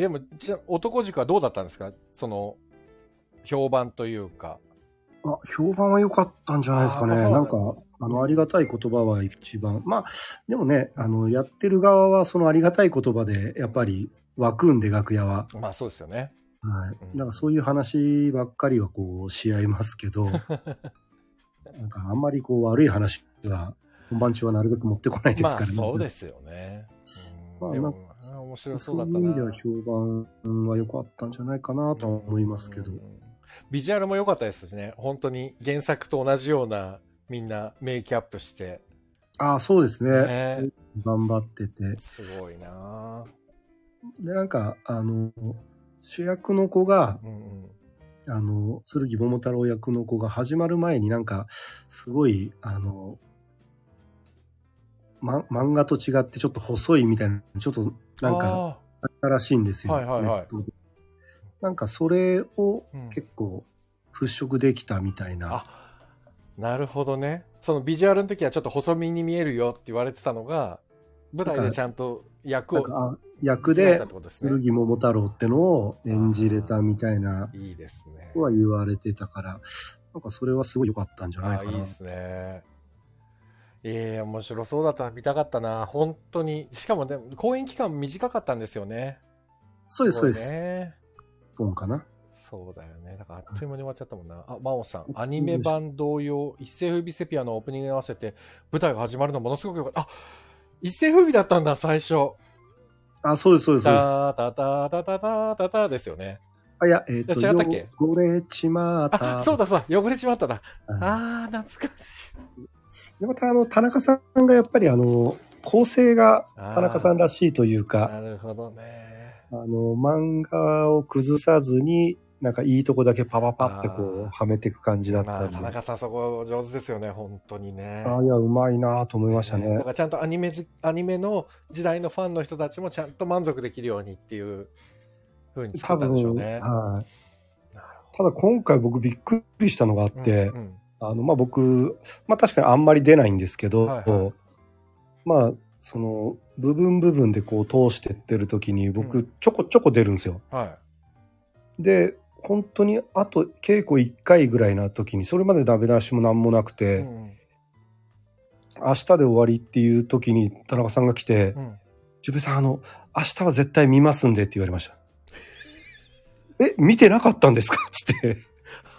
でも、男塾はどうだったんですか？その、評判というか。 評判は良かったんじゃないですかね。なんか、ありがたい言葉は一番。でもね、やってる側はそのありがたい言葉で、やっぱり湧くんで、楽屋は。 そうですよね。 はい。だからそういう話ばっかりはこうし合いますけど、なんかあんまりこう悪い話は、本番中はなるべく持ってこないですからね。 そうですよね。でも、面白そうだったな。 そういう意味では評判は良かったんじゃないかなとは思いますけど。 ビジュアルも良かったですしね。本当に原作と同じようなみんなメイキャップして。 そうですね。頑張ってて。 すごいな。 で、なんか、主役の子が、剣桃太郎役の子が始まる前になんか、すごい、漫画と違ってちょっと細いみたいな、ちょっとなんか、あったらしいんですよ。なんかそれを結構払拭できたみたいな。 なるほどね。そのビジュアルの時はちょっと細身に見えるよって言われてたのが、舞台でちゃんと役で剣桃太郎ってのを演じれたみたいな。 いいですね。 は言われてたから、なんかそれはすごい良かったんじゃないかな。 いいですね。面白そうだった。見たかったな。本当に。しかも公演期間短かったんですよね。 そうです、そうです。本かな。 そうだよね。だからあっという間に終わっちゃったもんな。あ、真央さん。アニメ版同様、一世風靡セピアのオープニングに合わせて舞台が始まるのものすごくよかった。あ、一世風靡だったんだ、最初。 あ、そうです、そうです、そうです。 タタタタタタタタですよね。 あ、いや、 違ったっけ？ 汚れちまった。 あ、そうだそうだ、汚れちまっただ。あー、懐かしい。 で、また田中さんがやっぱり構成が田中さんらしいというか、 なるほどね。 漫画を崩さずに、なんかいいとこだけパパパってこう、はめていく感じだったんで。 田中さんそこ上手ですよね、本当にね。 いや、うまいなと思いましたね。 だからちゃんとアニメの時代のファンの人たちもちゃんと満足できるようにっていう風に作ったんでしょうね。 はい。ただ今回僕びっくりしたのがあって、僕、確かにあんまり出ないんですけど、その部分でこう通してってる時に僕ちょこちょこ出るんですよ。で、本当にあと稽古1回ぐらいな時に、それまでダメ出しもなんもなくて、明日で終わりっていう時に田中さんが来て、ジュペさん明日は絶対見ますんでって言われました。見てなかったんですかつって。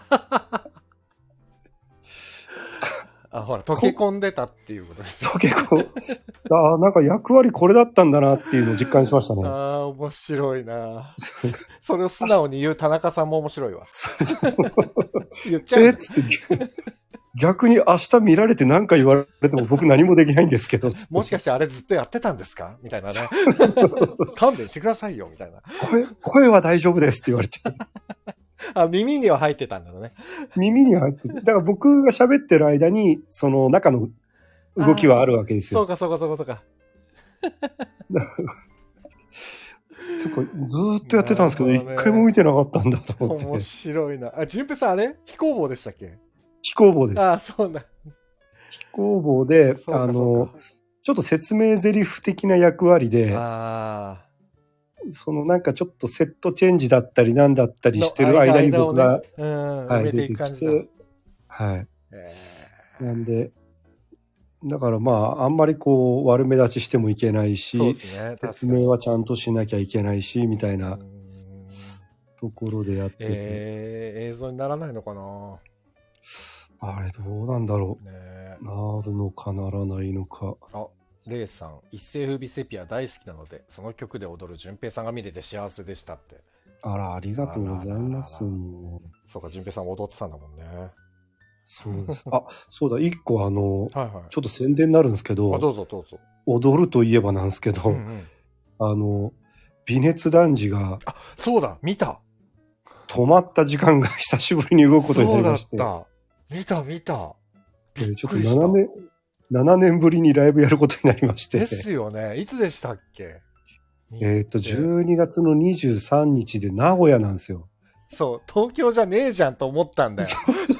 あ、ほら、溶け込んでたっていうことです。 溶け込ん。なんか役割これだったんだなっていうのを実感しましたね。 面白いな。それを素直に言う田中さんも面白いわ。言っちゃう。 つって。逆に明日見られて何か言われても僕何もできないんですけど。 もしかしてあれずっとやってたんですかみたいなね。勘弁してくださいよみたいな。 声は大丈夫ですって言われて。 耳には入ってたんだね。 耳には入ってて。だから僕が喋ってる間に、その中の動きはあるわけですよ。 そうか。 ずーっとやってたんですけど、一回も見てなかったんだと思って。 面白いな。純平さんあれ非公募でしたっけ？ 非公募です。 そうだ。 非公募で、ちょっと説明台詞的な役割で、なんかちょっとセットチェンジだったりなんだったりしてる間に僕が、出てきて、なんで、だからあんまりこう悪目立ちしてもいけないし、説明はちゃんとしなきゃいけないし、みたいなところでやってて。 映像にならないのかな？ あれどうなんだろう。なるのかならないのか。 レイさん、一世風靡セピア大好きなので、その曲で踊る順平さんが見れて幸せでしたって。 ありがとうございます。 そうか、順平さん踊ってたんだもんね。 そうです。そうだ、一個ちょっと宣伝になるんですけど、 どうぞ。 踊るといえばなんですけど、微熱男児が、 そうだ、見た。 止まった時間が久しぶりに動くことになりまして。 そうだった。見た。 ちょっと7年ぶりにライブやることになりまして。 ですよね。いつでしたっけ ？12月の23日で名古屋なんですよ。 そう、東京じゃねえじゃんと思ったんだよ。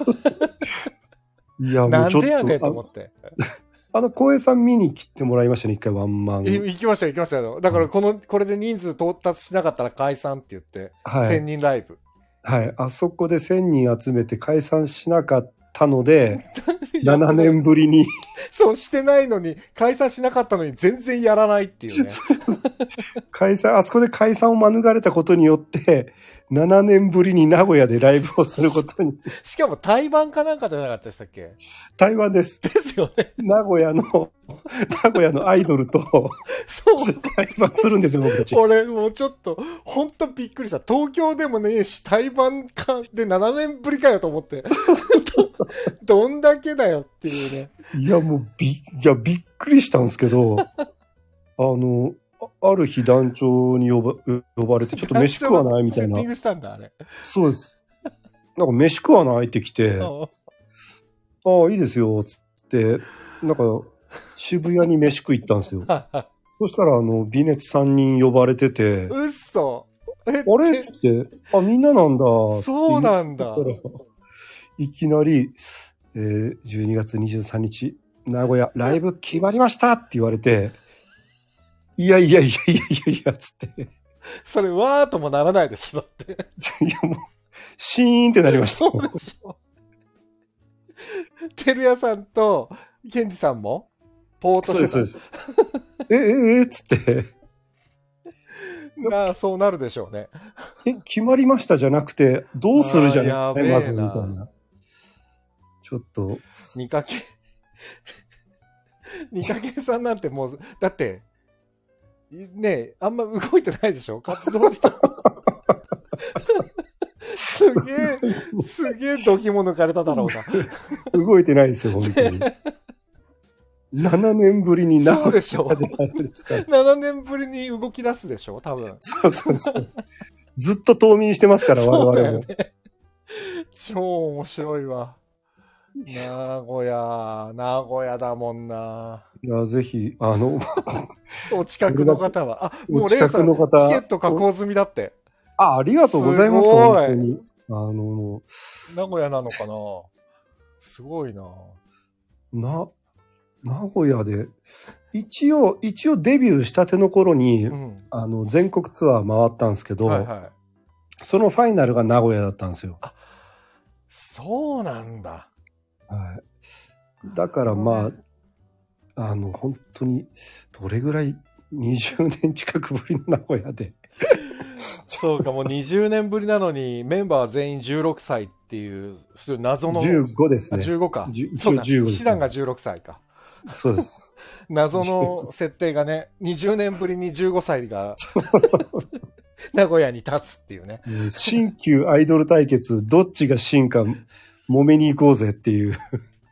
いや、もうちょっと。 なんでやねんと思って。 光栄さん見に来てもらいましたね、一回ワンマン。 行きましたよ。だからこれで人数到達しなかったら解散って言って、1000人ライブ。 はい、あそこで1000人集めて解散しなかったので、7年ぶりに。 そうしてないのに、解散しなかったのに全然やらないっていうね。 あそこで解散を免れたことによって、7年ぶりに名古屋でライブをすることに。 しかも対バンかなんかじゃなかったでしたっけ？ 対バンです。 ですよね。 名古屋のアイドルと、対バンするんですよ、僕たち。 俺もうちょっと、ほんとびっくりした。東京でもねえし、対バンかで7年ぶりかよと思って。どんだけだよっていうね。 いや、もうびっくりしたんですけど、ある日団長に呼ばれて、ちょっと飯食わないみたいな。 セッティングしたんだ、あれ。 そうです。なんか飯食わないって来て、いいですよ、つって、なんか渋谷に飯食い行ったんですよ。そしたら、微熱3人呼ばれてて、 うっそ。 あれっつって、みんななんだ。 そうなんだ。 いきなり、12月23日、名古屋、ライブ決まりましたって言われて、いや、つって。 それ、わーともならないでしょ、だって。 いや、もう、シーンってなりました。 そうでしょ。てるやさんと、ケンジさんもポートしてた。 そうです。つって。 そうなるでしょうね。 決まりましたじゃなくて、どうするじゃなくて、まず、みたいな。ちょっと。 ニカケさんなんてもう、だって、ねあんま動いてないでしょ活動した。すげえドキモ抜かれただろうな。動いてないですよ、本当に。7年ぶりにそうでしょ7年ぶりに動き出すでしょ多分。 そう。ずっと冬眠してますから、我々も。 超面白いわ。名古屋だもんな。 いや、ぜひ、 お近くの方は。もうレイさん、チケット確保済みだって。 ありがとうございます。本当に。 名古屋なのかなすごいな。 名古屋で、一応デビューしたての頃に、全国ツアー回ったんですけど、そのファイナルが名古屋だったんですよ。 そうなんだ。 はい。だからまあ、本当に、どれぐらい、20年近くぶりの名古屋で。 そうか、もう20年ぶりなのに、メンバーは全員16歳っていう、謎の。 15ですね。 15か。そうだ、シダンが16歳か。 そうです。 謎の設定がね、20年ぶりに15歳が名古屋に立つっていうね。 新旧アイドル対決、どっちが新か揉めに行こうぜっていう。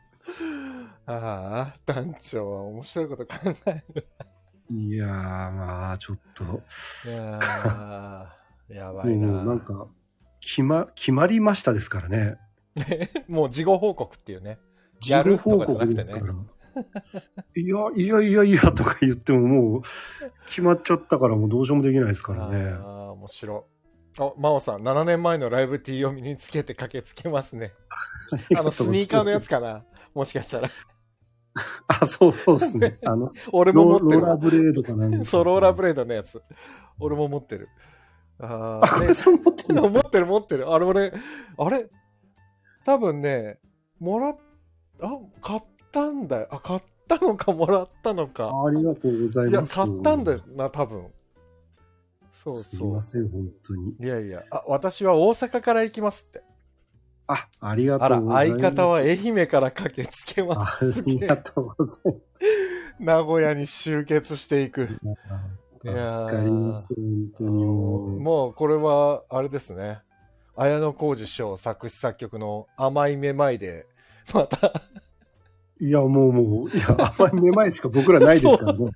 ああ、団長は面白いこと考える。 いやー、まあ、ちょっと。 いやー、やばいな。 もうなんか、決まりましたですからね。 もう事後報告っていうね。 事後報告ですから。いやとか言ってももう決まっちゃったからもうどうしようもできないですからね。 面白い。真央さん、7年前のライブ T を身につけて駆けつけますね。スニーカーのやつかなもしかしたら。 そうですね。 俺も持ってる。 ローラーブレードかな。 そう、ローラーブレードのやつ。俺も持ってる。 これさん持ってる持ってる。あれ多分ね、買ったんだよ。買ったのかもらったのか。 ありがとうございます。 買ったんだよな、多分。そう。 すいません、本当に。 いや、私は大阪から行きますって。 ありがとうございます。 相方は愛媛から駆けつけます。 ありがとうございます。 名古屋に集結していく。 助かります、本当にもうこれは、あれですね。綾小路師匠作詞作曲の甘いめまいで、また。 いや、もう、甘いめまいしか僕らないですからね。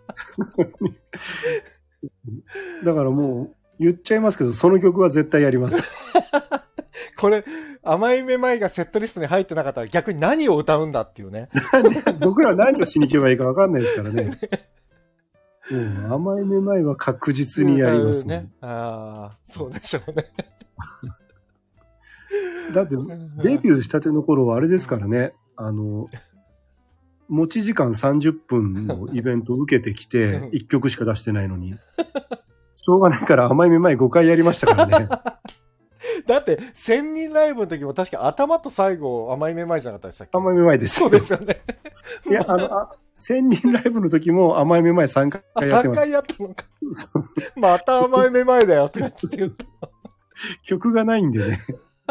だからもう、言っちゃいますけど、その曲は絶対やります。 これ、甘いめまいがセットリストに入ってなかったら逆に何を歌うんだっていうね。 僕ら何をしに行けばいいか分かんないですからね。甘いめまいは確実にやりますね。 そうでしょうね。 だって、デビューしたての頃はあれですからね。持ち時間30分のイベントを受けてきて、1曲しか出してないのに。しょうがないから甘いめまい5回やりましたからね。 だって、1000人ライブの時も確か頭と最後甘いめまいじゃなかったでしたっけ？ 甘いめまいです。 そうですよね。 いや、1000人ライブの時も甘いめまい3回やってます。 3回やったのか。また甘いめまいだよって言った。 曲がないんでね。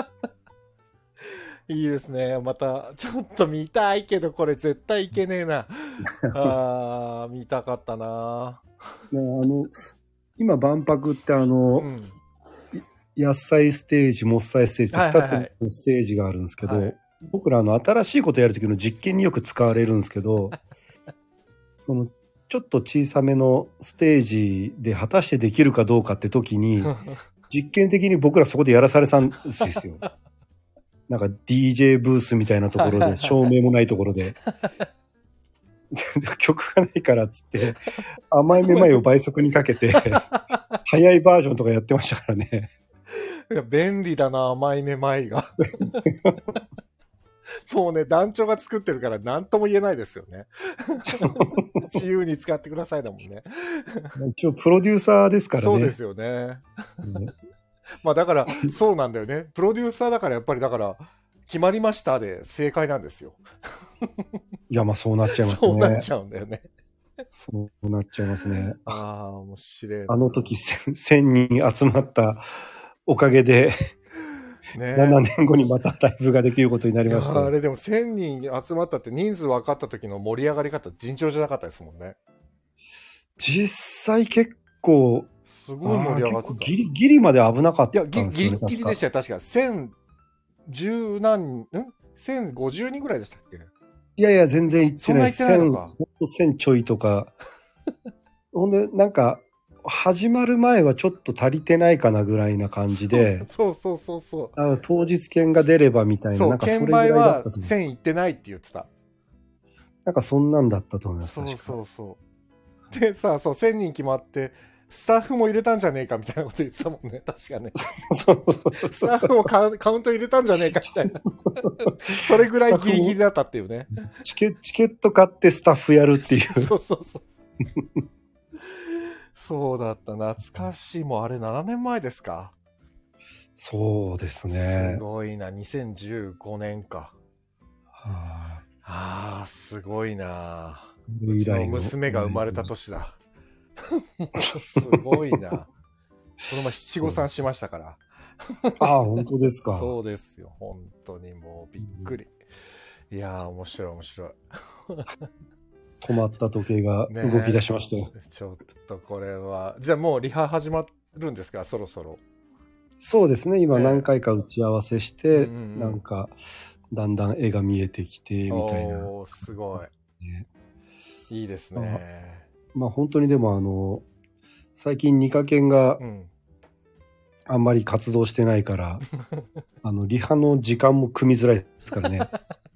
いいですね。また、ちょっと見たいけど、これ絶対いけねえな。見たかったな。 今、万博って野菜ステージ、もっさいステージって2つのステージがあるんですけど、僕ら新しいことやるときの実験によく使われるんですけど、ちょっと小さめのステージで果たしてできるかどうかって時に、実験的に僕らそこでやらされたんですよ。なんか DJ ブースみたいなところで、照明もないところで。曲がないからっつって、甘いめまいを倍速にかけて、早いバージョンとかやってましたからね。 いや、便利だな、甘いめまいが。もうね、団長が作ってるから何とも言えないですよね。自由に使ってくださいだもんね。 一応プロデューサーですからね。 そうですよね。まあだから、そうなんだよね。プロデューサーだからやっぱりだから、決まりましたで正解なんですよ。 いや、まあそうなっちゃいますね。 そうなっちゃうんだよね。 そうなっちゃいますね。 ああ、面白いな。 あの時1000人集まったおかげで、 ね 7年後にまたライブができることになりいやましたよ。 あれでも1000人集まったって人数分かった時の盛り上がり方尋常じゃなかったですもんね。 実際結構、 すごい盛り上がってた。 ギリまで危なかっいや、 たんですよね。 ギリでしたよ、確か。1010何、1050人ぐらいでしたっけ？ いやいや、全然行ってないです。 そんな行ってないのか。 1000ちょいとか。ほんで、なんか、始まる前はちょっと足りてないかなぐらいな感じで、 そう。 当日券が出ればみたいな、 そう、 なんかそれ券ぐらいだ売はったと思う。 1000行ってないって言ってた。 なんかそんなんだったと思います。 そう。でさ、そう、1000人決まって、スタッフも入れたんじゃねえかみたいなこと言ってたもんね、確かね。 そうスタッフもカウント入れたんじゃねえかみたいな。それぐらいギリギリだったっていうね。 チケット買ってスタッフやるっていう。 そう。そうだった、懐かしい。もうあれ7年前ですか。 そうですね。 すごいな、2015年か。 はああ、すごいな。 い。 うちの娘が生まれた年だ。すごいな。この前七五三しましたから。 ああ、本当ですか。 そうですよ。本当にもうびっくり。いやー、面白い。 止まった時計が動き出しましたよ。 ちょっとこれは。じゃあもうリハ始まるんですか、そろそろ。 そうですね。今何回か打ち合わせして、 うんうんうん、 なんか、だんだん絵が見えてきて、みたいな。 おー、すごい。 ね、 いいですね。 まあ本当にでも最近ニカケンがあんまり活動してないから、リハの時間も組みづらいですからね。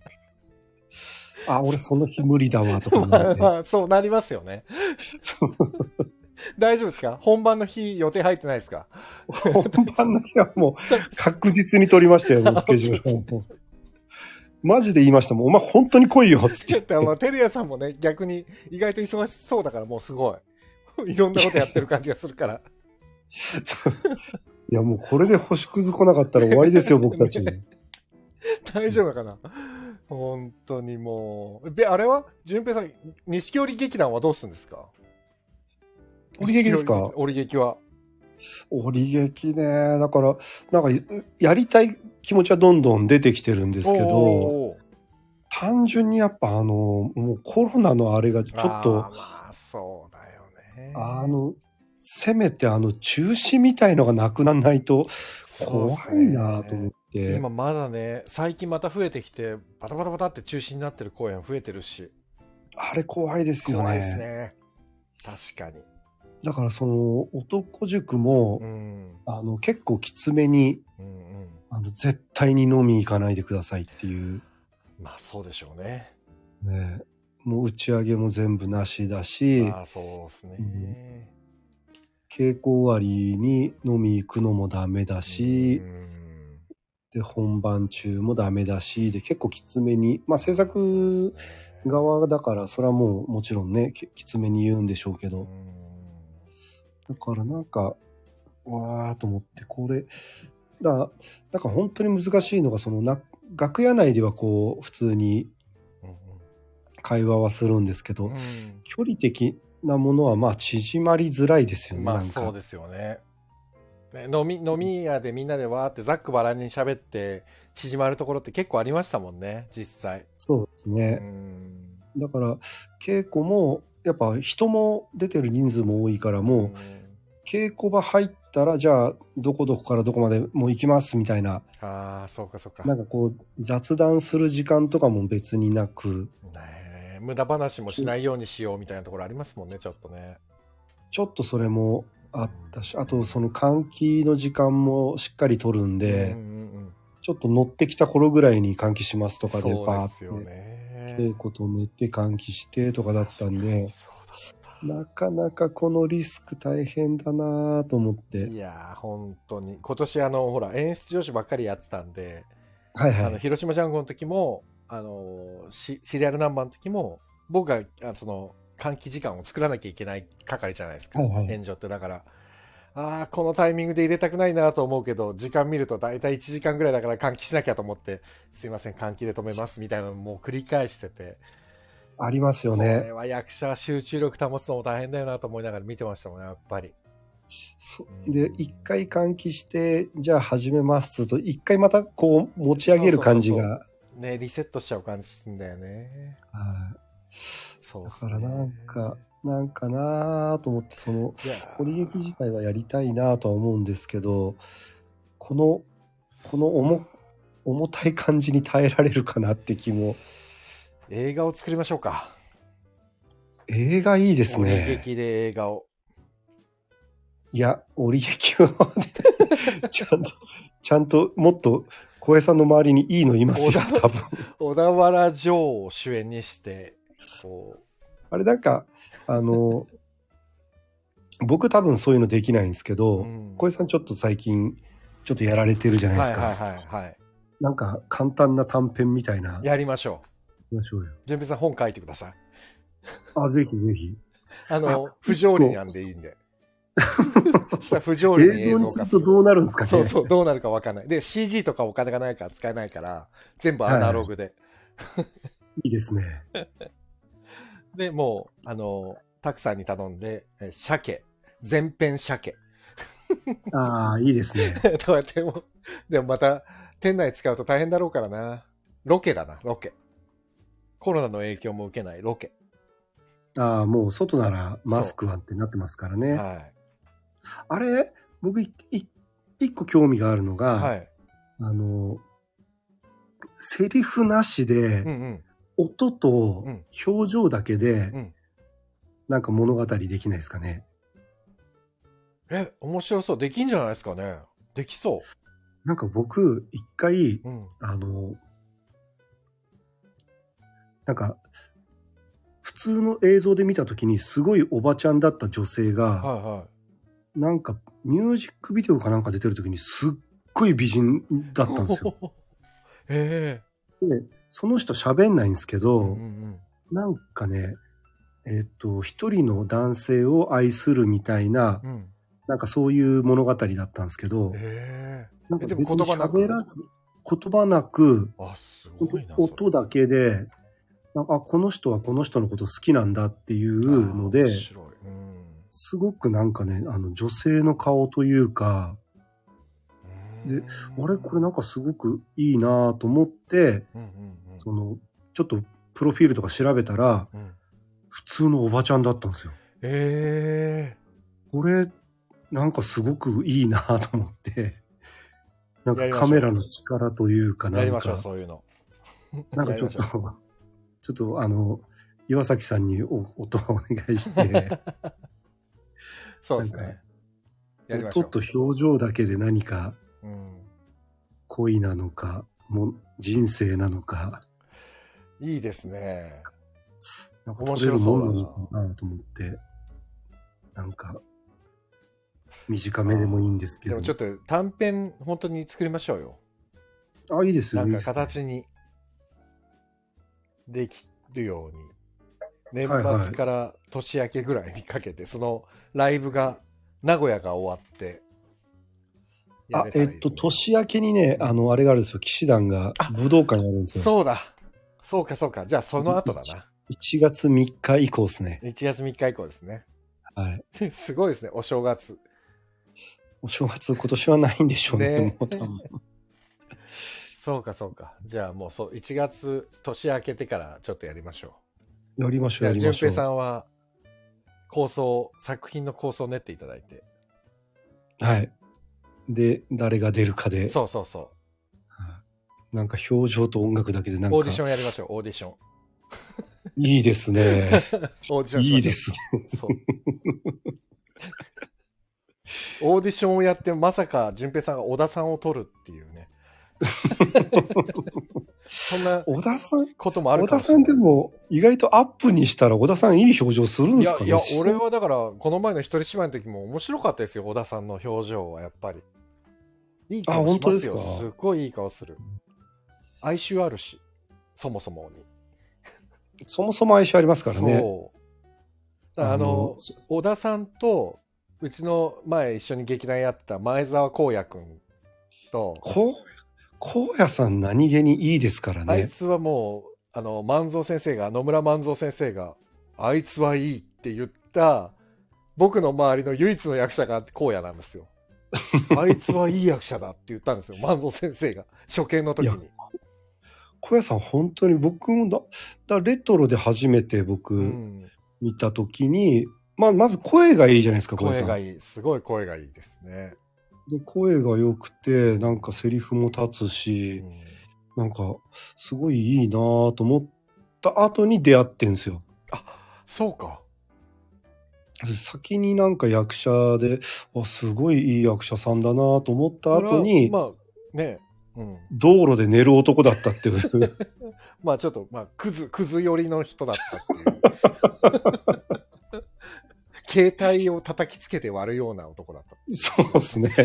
あ、俺その日無理だわとか思って。 まあ、そうなりますよね。大丈夫ですか？本番の日予定入ってないですか？ 本番の日はもう確実に取りましたよ、スケジュール。マジで言いましたもん。お前本当に来いよ、つって。 テルヤさんもね、逆に意外と忙しそうだからもうすごい。いろんなことやってる感じがするから。 いやもうこれで星屑来なかったら終わりですよ、僕たち。 大丈夫かな？本当にもう。で、あれは順平さん、錦織劇団はどうするんですか？ 織劇ですか？ 織劇は。 織劇ね。だから、なんか、やりたい気持ちはどんどん出てきてるんですけど、単純にやっぱもうコロナのあれがちょっと、 まあ、そうだよね。 せめて中止みたいのがなくならないと怖いなと思って。 今まだね、最近また増えてきて、バタバタって中止になってる公演増えてるし。 あれ怖いですよね。 怖いですね。確かに。 だから男塾も、結構きつめに、絶対に飲み行かないでくださいっていう。 まあそうでしょうね。 ね、もう打ち上げも全部なしだし、 まあそうですね。 稽古終わりに飲み行くのもダメだし、で本番中もダメだしで結構きつめに、まあ制作側だからそれはもうもちろんねきつめに言うんでしょうけど、だからなんかわーと思ってこれなんか本当に難しいのが楽屋内ではこう普通に会話はするんですけど、距離的なものはまあ縮まりづらいですよね。 まあそうですよね。飲み屋でみんなでわーってざっくばらんに喋って縮まるところって結構ありましたもんね、実際。 そうですね。だから稽古もやっぱ人も出てる人数も多いからもう稽古場入ったらじゃあどこからどこまでもう行きますみたいな。 ああ、そうか。 なんかこう雑談する時間とかも別になく。 無駄話もしないようにしようみたいなところありますもんね、ちょっとね。 ちょっとそれもあったし、あとその換気の時間もしっかり取るんで、ちょっと乗ってきた頃ぐらいに換気しますとかでバーって稽古止めて換気してとかだったんで、なかなかこのリスク大変だなと思って。 いやー本当に今年ほら演出助手ばっかりやってたんで、広島ジャンゴの時もシリアルナンバーの時も僕が換気時間を作らなきゃいけない係じゃないですか、援助って。だからこのタイミングで入れたくないなと思うけど時間見ると大体1時間ぐらいだから換気しなきゃと思って、すいません換気で止めますみたいなのもう繰り返してて、 ありますよこね。 れは役者は集中力保つのも大変だよなと思いながら見てましたもんね、やっぱり。 で、一回換気して、じゃあ始めますと、一回またこう持ち上げる感じが。 そうね、リセットしちゃう感じするんだよね。 はい。 そうだからなんかなぁと思って、その、掘り劇自体はやりたいなぁとは思うんですけど、この重たい感じに耐えられるかなって気も。 映画を作りましょうか。 映画いいですね。 掘り劇で映画を。 いや、掘り劇はちゃんともっと小江さんの周りにいいのいますよ、多分。 小田原城を主演にして、 あれなんか、僕多分そういうのできないんですけど、小江さんちょっと最近ちょっとやられてるじゃないですか。 はい。 なんか簡単な短編みたいな。 やりましょう。やりましょうよ。 順平さん本書いてください。 ぜひぜひ。 不条理なんでいいんで。した不条理に映像化するとどうなるんですかね。 そう、どうなるかわかんない。で、CG とかお金がないから使えないから、全部アナログで。 いいですね。 で、もう、たくさんに頼んで、鮭。全編鮭。 いいですね。 どうやっても。でもまた、店内使うと大変だろうからな。ロケだな、ロケ。コロナの影響も受けないロケ。 もう外ならマスクはってなってますからね。はい。あれ、僕一個興味があるのが、はい、セリフなしで、音と表情だけで、なんか物語できないですかね。 面白そう。できんじゃないですかね。できそう。 なんか僕、一回、なんか、普通の映像で見たときにすごいおばちゃんだった女性が、なんかミュージックビデオかなんか出てるときにすっごい美人だったんですよ。で、その人喋んないんですけど、なんかね、一人の男性を愛するみたいな、なんかそういう物語だったんですけど、なんか別に喋らず、言葉なく、音だけで、この人はこの人のこと好きなんだっていうので、すごくなんかね、女性の顔というか、で、これなんかすごくいいなと思って、ちょっとプロフィールとか調べたら、普通のおばちゃんだったんですよ。これ、なんかすごくいいなと思って、なんかカメラの力というかなんか。 やりましょう、そういうの。 なんかちょっと、岩崎さんに音をお願いして、 そうですね。 音と表情だけで何か、恋なのか、人生なのか。 いいですね。 なんか撮れるものなのかなと思って、なんか、短めでもいいんですけど。 でもちょっと短編本当に作りましょうよ。 いいですよ。 なんか形にできるように。年末から年明けぐらいにかけて、そのライブが、名古屋が終わって。 年明けにね、あれがあるんですよ。騎士団が武道館やるんですよ。 そうだ。そうか。じゃあその後だな。 1月3日以降ですね。 1月3日以降ですね。 はい。 すごいですね、お正月。 お正月今年はないんでしょうね。 そうか。じゃあもう1月年明けてからちょっとやりましょう。やりましょう。 順平さんは作品の構想を練っていただいて。 はい。で、誰が出るかで。 そう。 なんか表情と音楽だけでなんか。 オーディションやりましょう、オーディション。 いいですね。 オーディションしましょう。 いいですね。 そう。オーディションをやってまさか順平さんが小田さんを取るっていうね。そんなこともあるかもしれない。 小田さんでも意外とアップにしたら小田さんいい表情するんですかね。 いや俺はだからこの前の一人芝居の時も面白かったですよ、小田さんの表情はやっぱり。いい顔しますよ。すごいいい顔する。哀愁あるし、そもそもに。 そもそも哀愁ありますからね。 そう。小田さんとうちの前一緒に劇団やった前澤光也くんと。 光也さん何気にいいですからね。 あいつはも万蔵先生が、野村万蔵先生が、あいつはいいって言った、僕の周りの唯一の役者が荒野なんですよ。あいつはいい役者だって言ったんですよ、万蔵先生が。初見の時に。 小屋さん、本当に僕もレトロで初めて僕、見た時に、まず声がいいじゃないですか、 声がいい。すごい声がいいですね。 で、声が良くて、なんかセリフも立つし、なんか、すごいいいなぁと思った後に出会ってんですよ。 あ、そうか。 先になんか役者で、すごいいい役者さんだなと思った後に、 まあね、 道路で寝る男だったっていう。 まあちょっと、クズ寄りの人だったっていう。携帯を叩きつけて割るような男だった。 そうですね。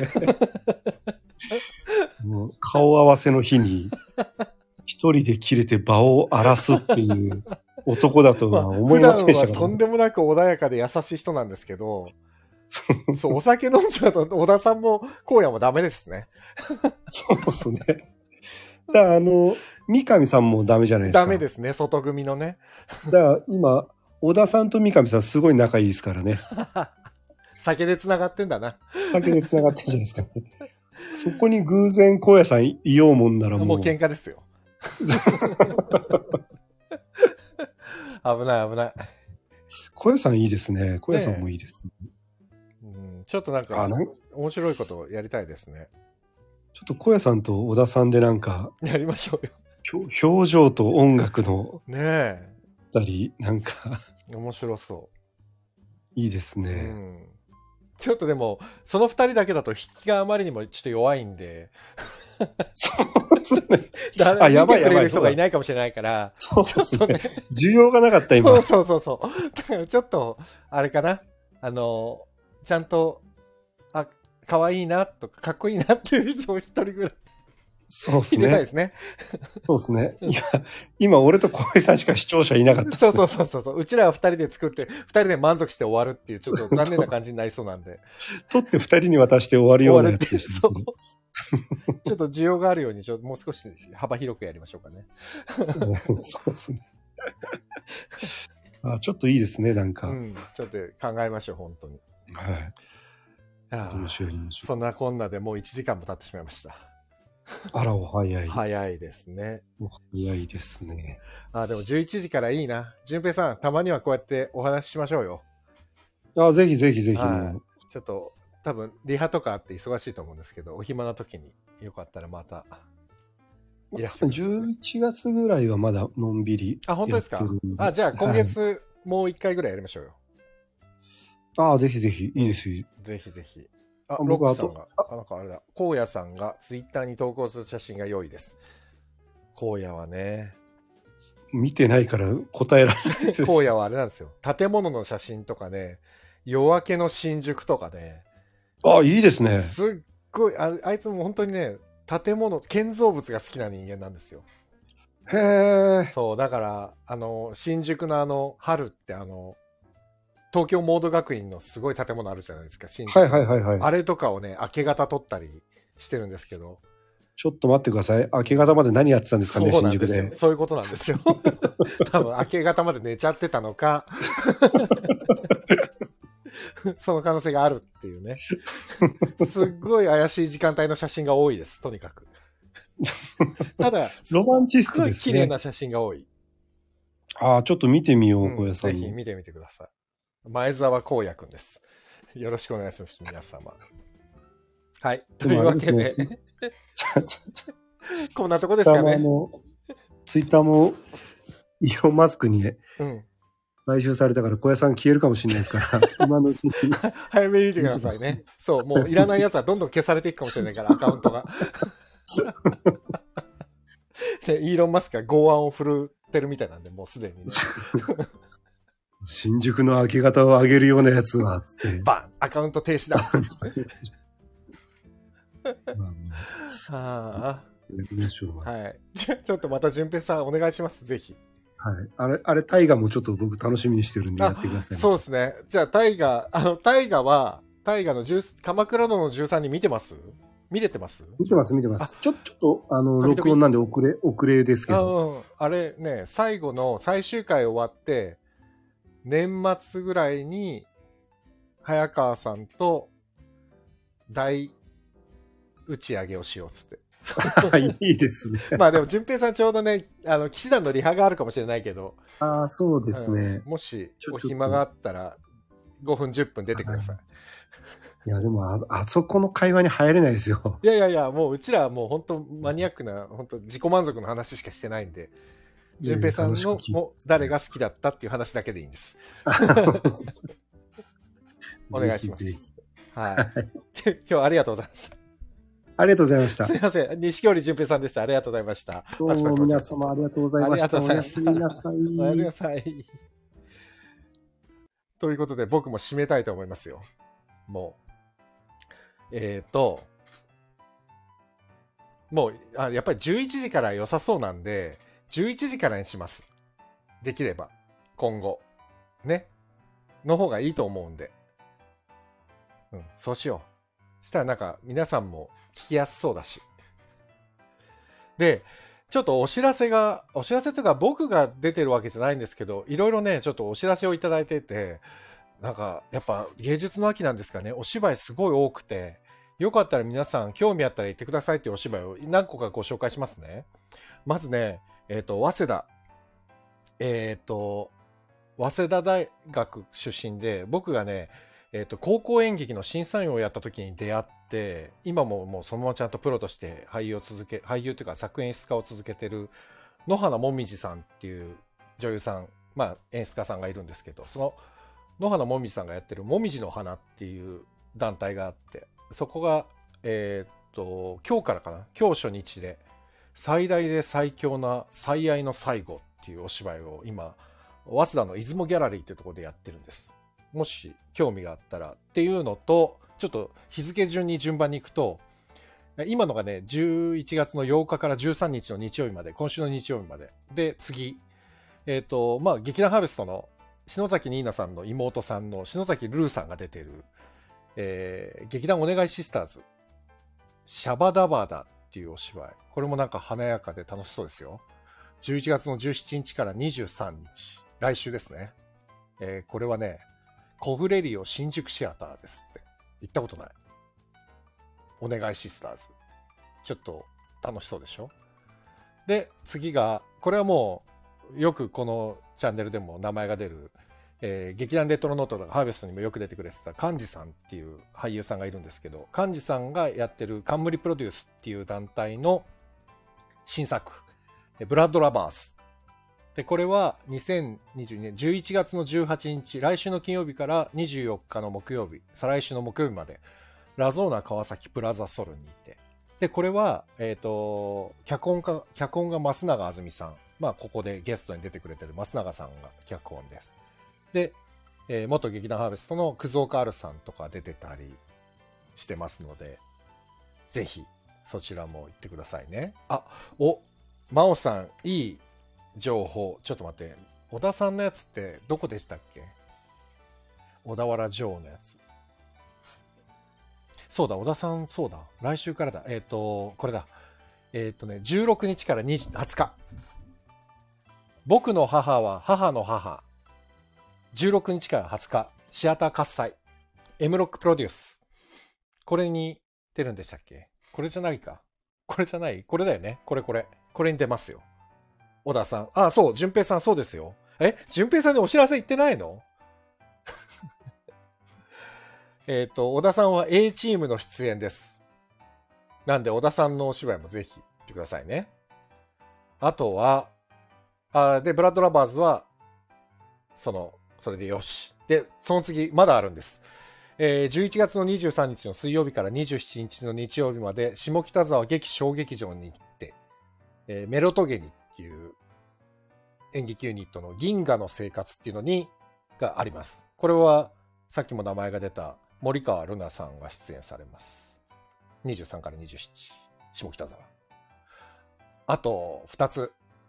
もう顔合わせの日に、一人で切れて場を荒らすっていう男だとは思いませんでしたから、 普段はとんでもなく穏やかで優しい人なんですけど、そう、お酒飲んじゃうと、小田さんも荒野もダメですね。 そうですね。だから三上さんもダメじゃないですか。 ダメですね、外組のね。 だから今、小田さんと三上さんすごい仲いいですからね。 酒で繋がってんだな。 酒で繋がってるじゃないですかね。そこに偶然荒野さんいようもんならもう喧嘩ですよ。危ない危ない。 小屋さんいいですね。小屋さんもいいですね。 ちょっとなんか面白いことをやりたいですね。 ちょっと小屋さんと小田さんでなんかやりましょうよ。 表情と音楽のねえ。 二人なんか面白そう。 いいですね。 ちょっとでもその二人だけだと引きがあまりにもちょっと弱いんで。 そうですね。 見てくれる人がいないかもしれないから、 そうですね。需要がなかった今。 そう。だからちょっと、あれかな。ちゃんと、可愛いなとか、かっこいいなっていう人を一人ぐらい。 そうですね。 入れたいですね。 そうですね。今、俺と小江さんしか視聴者いなかった、 そう。うちらは二人で作って、二人で満足して終わるっていう、ちょっと残念な感じになりそうなんで。 取って二人に渡して終わるようなやつでしたね。 ちょっと需要があるように、もう少し幅広くやりましょうかね。 そうですね。ちょっといいですね、なんか。 ちょっと考えましょう、本当に。 はい。面白い。 そんなこんなでもう1時間も経ってしまいました。 あら、お早い。 早いですね。 お早いですね。 でも11時からいいな。淳平さん、たまにはこうやってお話ししましょうよ。ぜひ。 ちょっと、多分、リハとかあって忙しいと思うんですけど、お暇な時によかったらまた、 いらっしゃい。11月ぐらいはまだのんびり。 本当ですか？じゃあ今月、もう1回ぐらいやりましょうよ。ぜひ。いいですよ。 ぜひ。ロックさんが、なんかあれだ、荒野さんがツイッターに投稿する写真が良いです。荒野はね。 見てないから答えられない。 荒野はあれなんですよ。建物の写真とかね、夜明けの新宿とかね。 いいですね。 すっごい、あいつも本当にね、建造物が好きな人間なんですよ。 へえ。 そう、だから、新宿の春って東京モード学院のすごい建物あるじゃないですか、新宿。 はい。 あれとかをね、明け方撮ったりしてるんですけど。 ちょっと待ってください。明け方まで何やってたんですかね、新宿で。 そういうことなんですよ。多分明け方まで寝ちゃってたのか、その可能性があるっていうね。すっごい怪しい時間帯の写真が多いです、とにかく。ただ、 ロマンチストですね。 すごい綺麗な写真が多い。 ちょっと見てみよう、小屋さん。 ぜひ見てみてください。前澤光也くんです。よろしくお願いします、皆様。はい。というわけで、こんなとこですかね。 ツイッターも、イーロン・マスクにね、買収されたから小屋さん消えるかもしれないですから、今のうちに。 早めに見てくださいね。そう、もういらないやつはどんどん消されていくかもしれないから、アカウントが。で、イーロン・マスクが剛腕を振るってるみたいなんで、もうすでにね。 新宿の明け方を上げるようなやつは、つって。 バンアカウント停止だはい。ちょっとまた淳平さんお願いします、ぜひ。 はい。あれ、大河もちょっと僕楽しみにしてるんでやってください、ね。 そうですね。じゃあ大河は、鎌倉殿の13人見てます？ 見れてます？ 見てます、見てます。ちょっと、録音なんで遅れですけど。 あれね、最後の最終回終わって、年末ぐらいに、早川さんと大打ち上げをしようっつって。 いいですね。 まあでも、淳平さんちょうどね、騎士団のリハがあるかもしれないけど。 ああ、そうですね。 もし、お暇があったら、5分、10分出てください。 いや、でもあそこの会話に入れないですよ。 いや、もううちらはもう本当マニアックな、本当自己満足の話しかしてないんで、淳平さんのも誰が好きだったっていう話だけでいいんです。お願いします。はい。今日はありがとうございました。 ありがとうございました。 すいません。西織淳平さんでした。ありがとうございました。 どうも皆様ありがとうございました。 おやすみなさい。 おやすみなさい。 ということで、僕も締めたいと思いますよ。もう。もうやっぱり11時から良さそうなんで、11時からにします。できれば。今後。ね。の方がいいと思うんで。うん、そうしよう。したらなんか皆さんも聞きやすそうだし。で、ちょっとお知らせというか僕が出てるわけじゃないんですけど、いろいろね、ちょっとお知らせをいただいてて、なんかやっぱ芸術の秋なんですかね、お芝居すごい多くて、よかったら皆さん興味あったら言ってくださいっていうお芝居を何個かご紹介しますね。まずね、早稲田。早稲田大学出身で、僕がね、高校演劇の審査員をやった時に出会って、今ももうそのままちゃんとプロとして俳優というか作演出家を続けてる野花もみじさんっていう女優さん、まあ演出家さんがいるんですけど、その野花もみじさんがやってるもみじの花っていう団体があって、そこが、今日からかな、今日初日で最大で最強な最愛の最後っていうお芝居を今、早稲田の出雲ギャラリーっていうところでやってるんです。もし興味があったらっていうのと、ちょっと日付順に順番に行くと、今のがね、11月の8日から13日の日曜日まで、今週の日曜日まで。で、次。まあ、劇団ハーベストの篠崎ニーナさんの妹さんの篠崎ルルさんが出てる、劇団お願いシスターズ。シャバダバダっていうお芝居。これもなんか華やかで楽しそうですよ。11月の17日から23日。来週ですね。これはね、コフレリオ新宿シアターですって。行ったことない。お願いシスターズ。ちょっと楽しそうでしょ？で、次が、これはもう、よくこのチャンネルでも名前が出る、劇団レトロノートとかハーベストにもよく出てくれてた幹事さんっていう俳優さんがいるんですけど、幹事さんがやってる冠プロデュースっていう団体の新作、ブラッドラバーズ。で、これは2022年11月の18日、来週の金曜日から24日の木曜日、再来週の木曜日まで、ラゾーナ川崎プラザソルにいて。で、これは、脚本が増永あずみさん。まあ、ここでゲストに出てくれてる増永さんが脚本です。で、元劇団ハーベストの葛岡あるさんとか出てたりしてますので、ぜひ、そちらも行ってくださいね。真央さん、いい情報。ちょっと待って。小田さんのやつってどこでしたっけ？小田原城のやつ。そうだ、小田さん、そうだ。来週からだ。これだ。16日から20日。僕の母は母の母。16日から20日。シアター喝采。M ロックプロデュース。これに出るんでしたっけ？これじゃないか。これじゃない？これだよね。これに出ますよ。小田さん。そう、淳平さん、そうですよ。淳平さんにお知らせ言ってないの？小田さんは A チームの出演です。なんで、小田さんのお芝居もぜひ行ってくださいね。あとは、で、ブラッドラバーズは、それでよし。で、その次、まだあるんです。11月の23日の水曜日から27日の日曜日まで、下北沢劇小劇場に行って、メロトゲニっていう演劇ユニットの銀河の生活っていうのがあります。これは、さっきも名前が出た森川ルナさんが出演されます。23から27、下北沢。あと、2つ。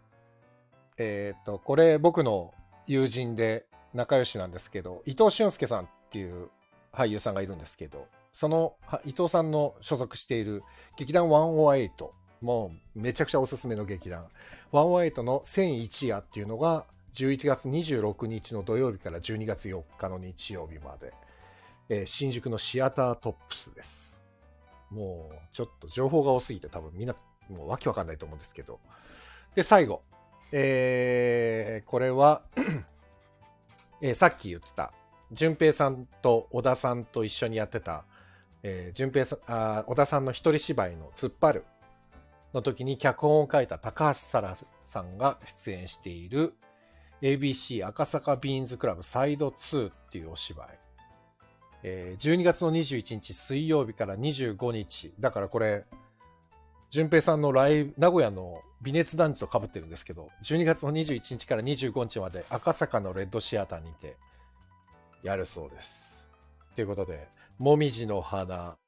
これ僕の友人で仲良しなんですけど、伊藤俊介さんっていう俳優さんがいるんですけど、 その伊藤さんの所属している劇団108、もうめちゃくちゃおすすめの劇団108の1001夜っていうのが11月26日の土曜日から12月4日の日曜日まで、新宿のシアタートップスです。もうちょっと情報が多すぎて多分みんなもうわけわかんないと思うんですけど。で、最後。これは、さっき言ってた、淳平さんと小田さんと一緒にやってた、小田さんの一人芝居の突っ張るの時に脚本を書いた高橋沙羅さんが出演している ABC 赤坂ビーンズクラブサイド2っていうお芝居。12月の21日水曜日から25日。だからこれ、淳平さんの名古屋の微熱団地と被ってるんですけど、12月の21日から25日まで赤坂のレッドシアターにてやるそうです。ということで、もみじの花、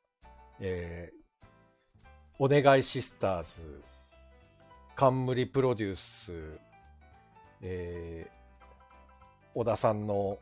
お願いシスターズ、冠プロデュース、小田さんの、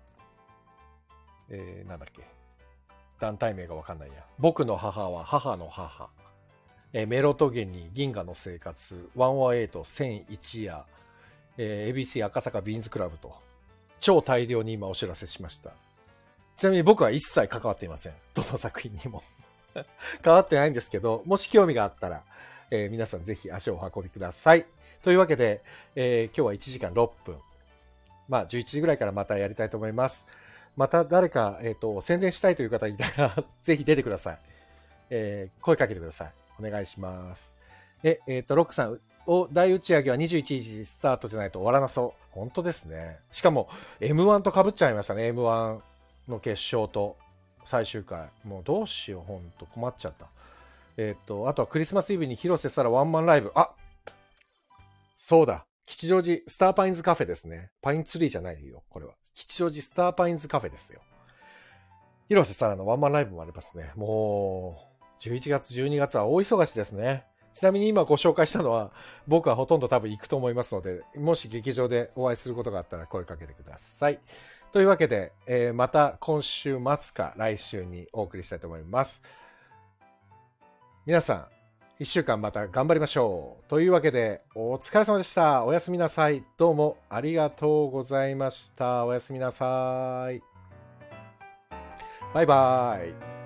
なんだっけ、団体名がわかんないや。僕の母は母の母。メロトゲニ、銀河の生活、118、1001夜、ABC 赤坂ビーンズクラブと、超大量に今お知らせしました。ちなみに僕は一切関わっていません。どの作品にも。関わってないんですけど、もし興味があったら、皆さんぜひ足をお運びください。というわけで、今日は1時間6分。まあ、11時ぐらいからまたやりたいと思います。また誰か、宣伝したいという方いたら、ぜひ出てください。声かけてください。お願いします。ロックさん、大打ち上げは21時スタートじゃないと終わらなそう。本当ですね。しかも、M1 と被っちゃいましたね。M1 の決勝と最終回。もうどうしよう、ほんと困っちゃった。あとはクリスマスイブに広瀬さらワンマンライブ。あ、そうだ。吉祥寺スターパインズカフェですね。パインツリーじゃないよ、これは。吉祥寺スターパインズカフェですよ。広瀬さらのワンマンライブもありますね。もう、11月、12月は大忙しですね。ちなみに今ご紹介したのは、僕はほとんど多分行くと思いますので、もし劇場でお会いすることがあったら声かけてください。というわけで、また今週末か来週にお送りしたいと思います。皆さん、1週間また頑張りましょう。というわけで、お疲れ様でした。おやすみなさい。どうもありがとうございました。おやすみなさい。バイバイ。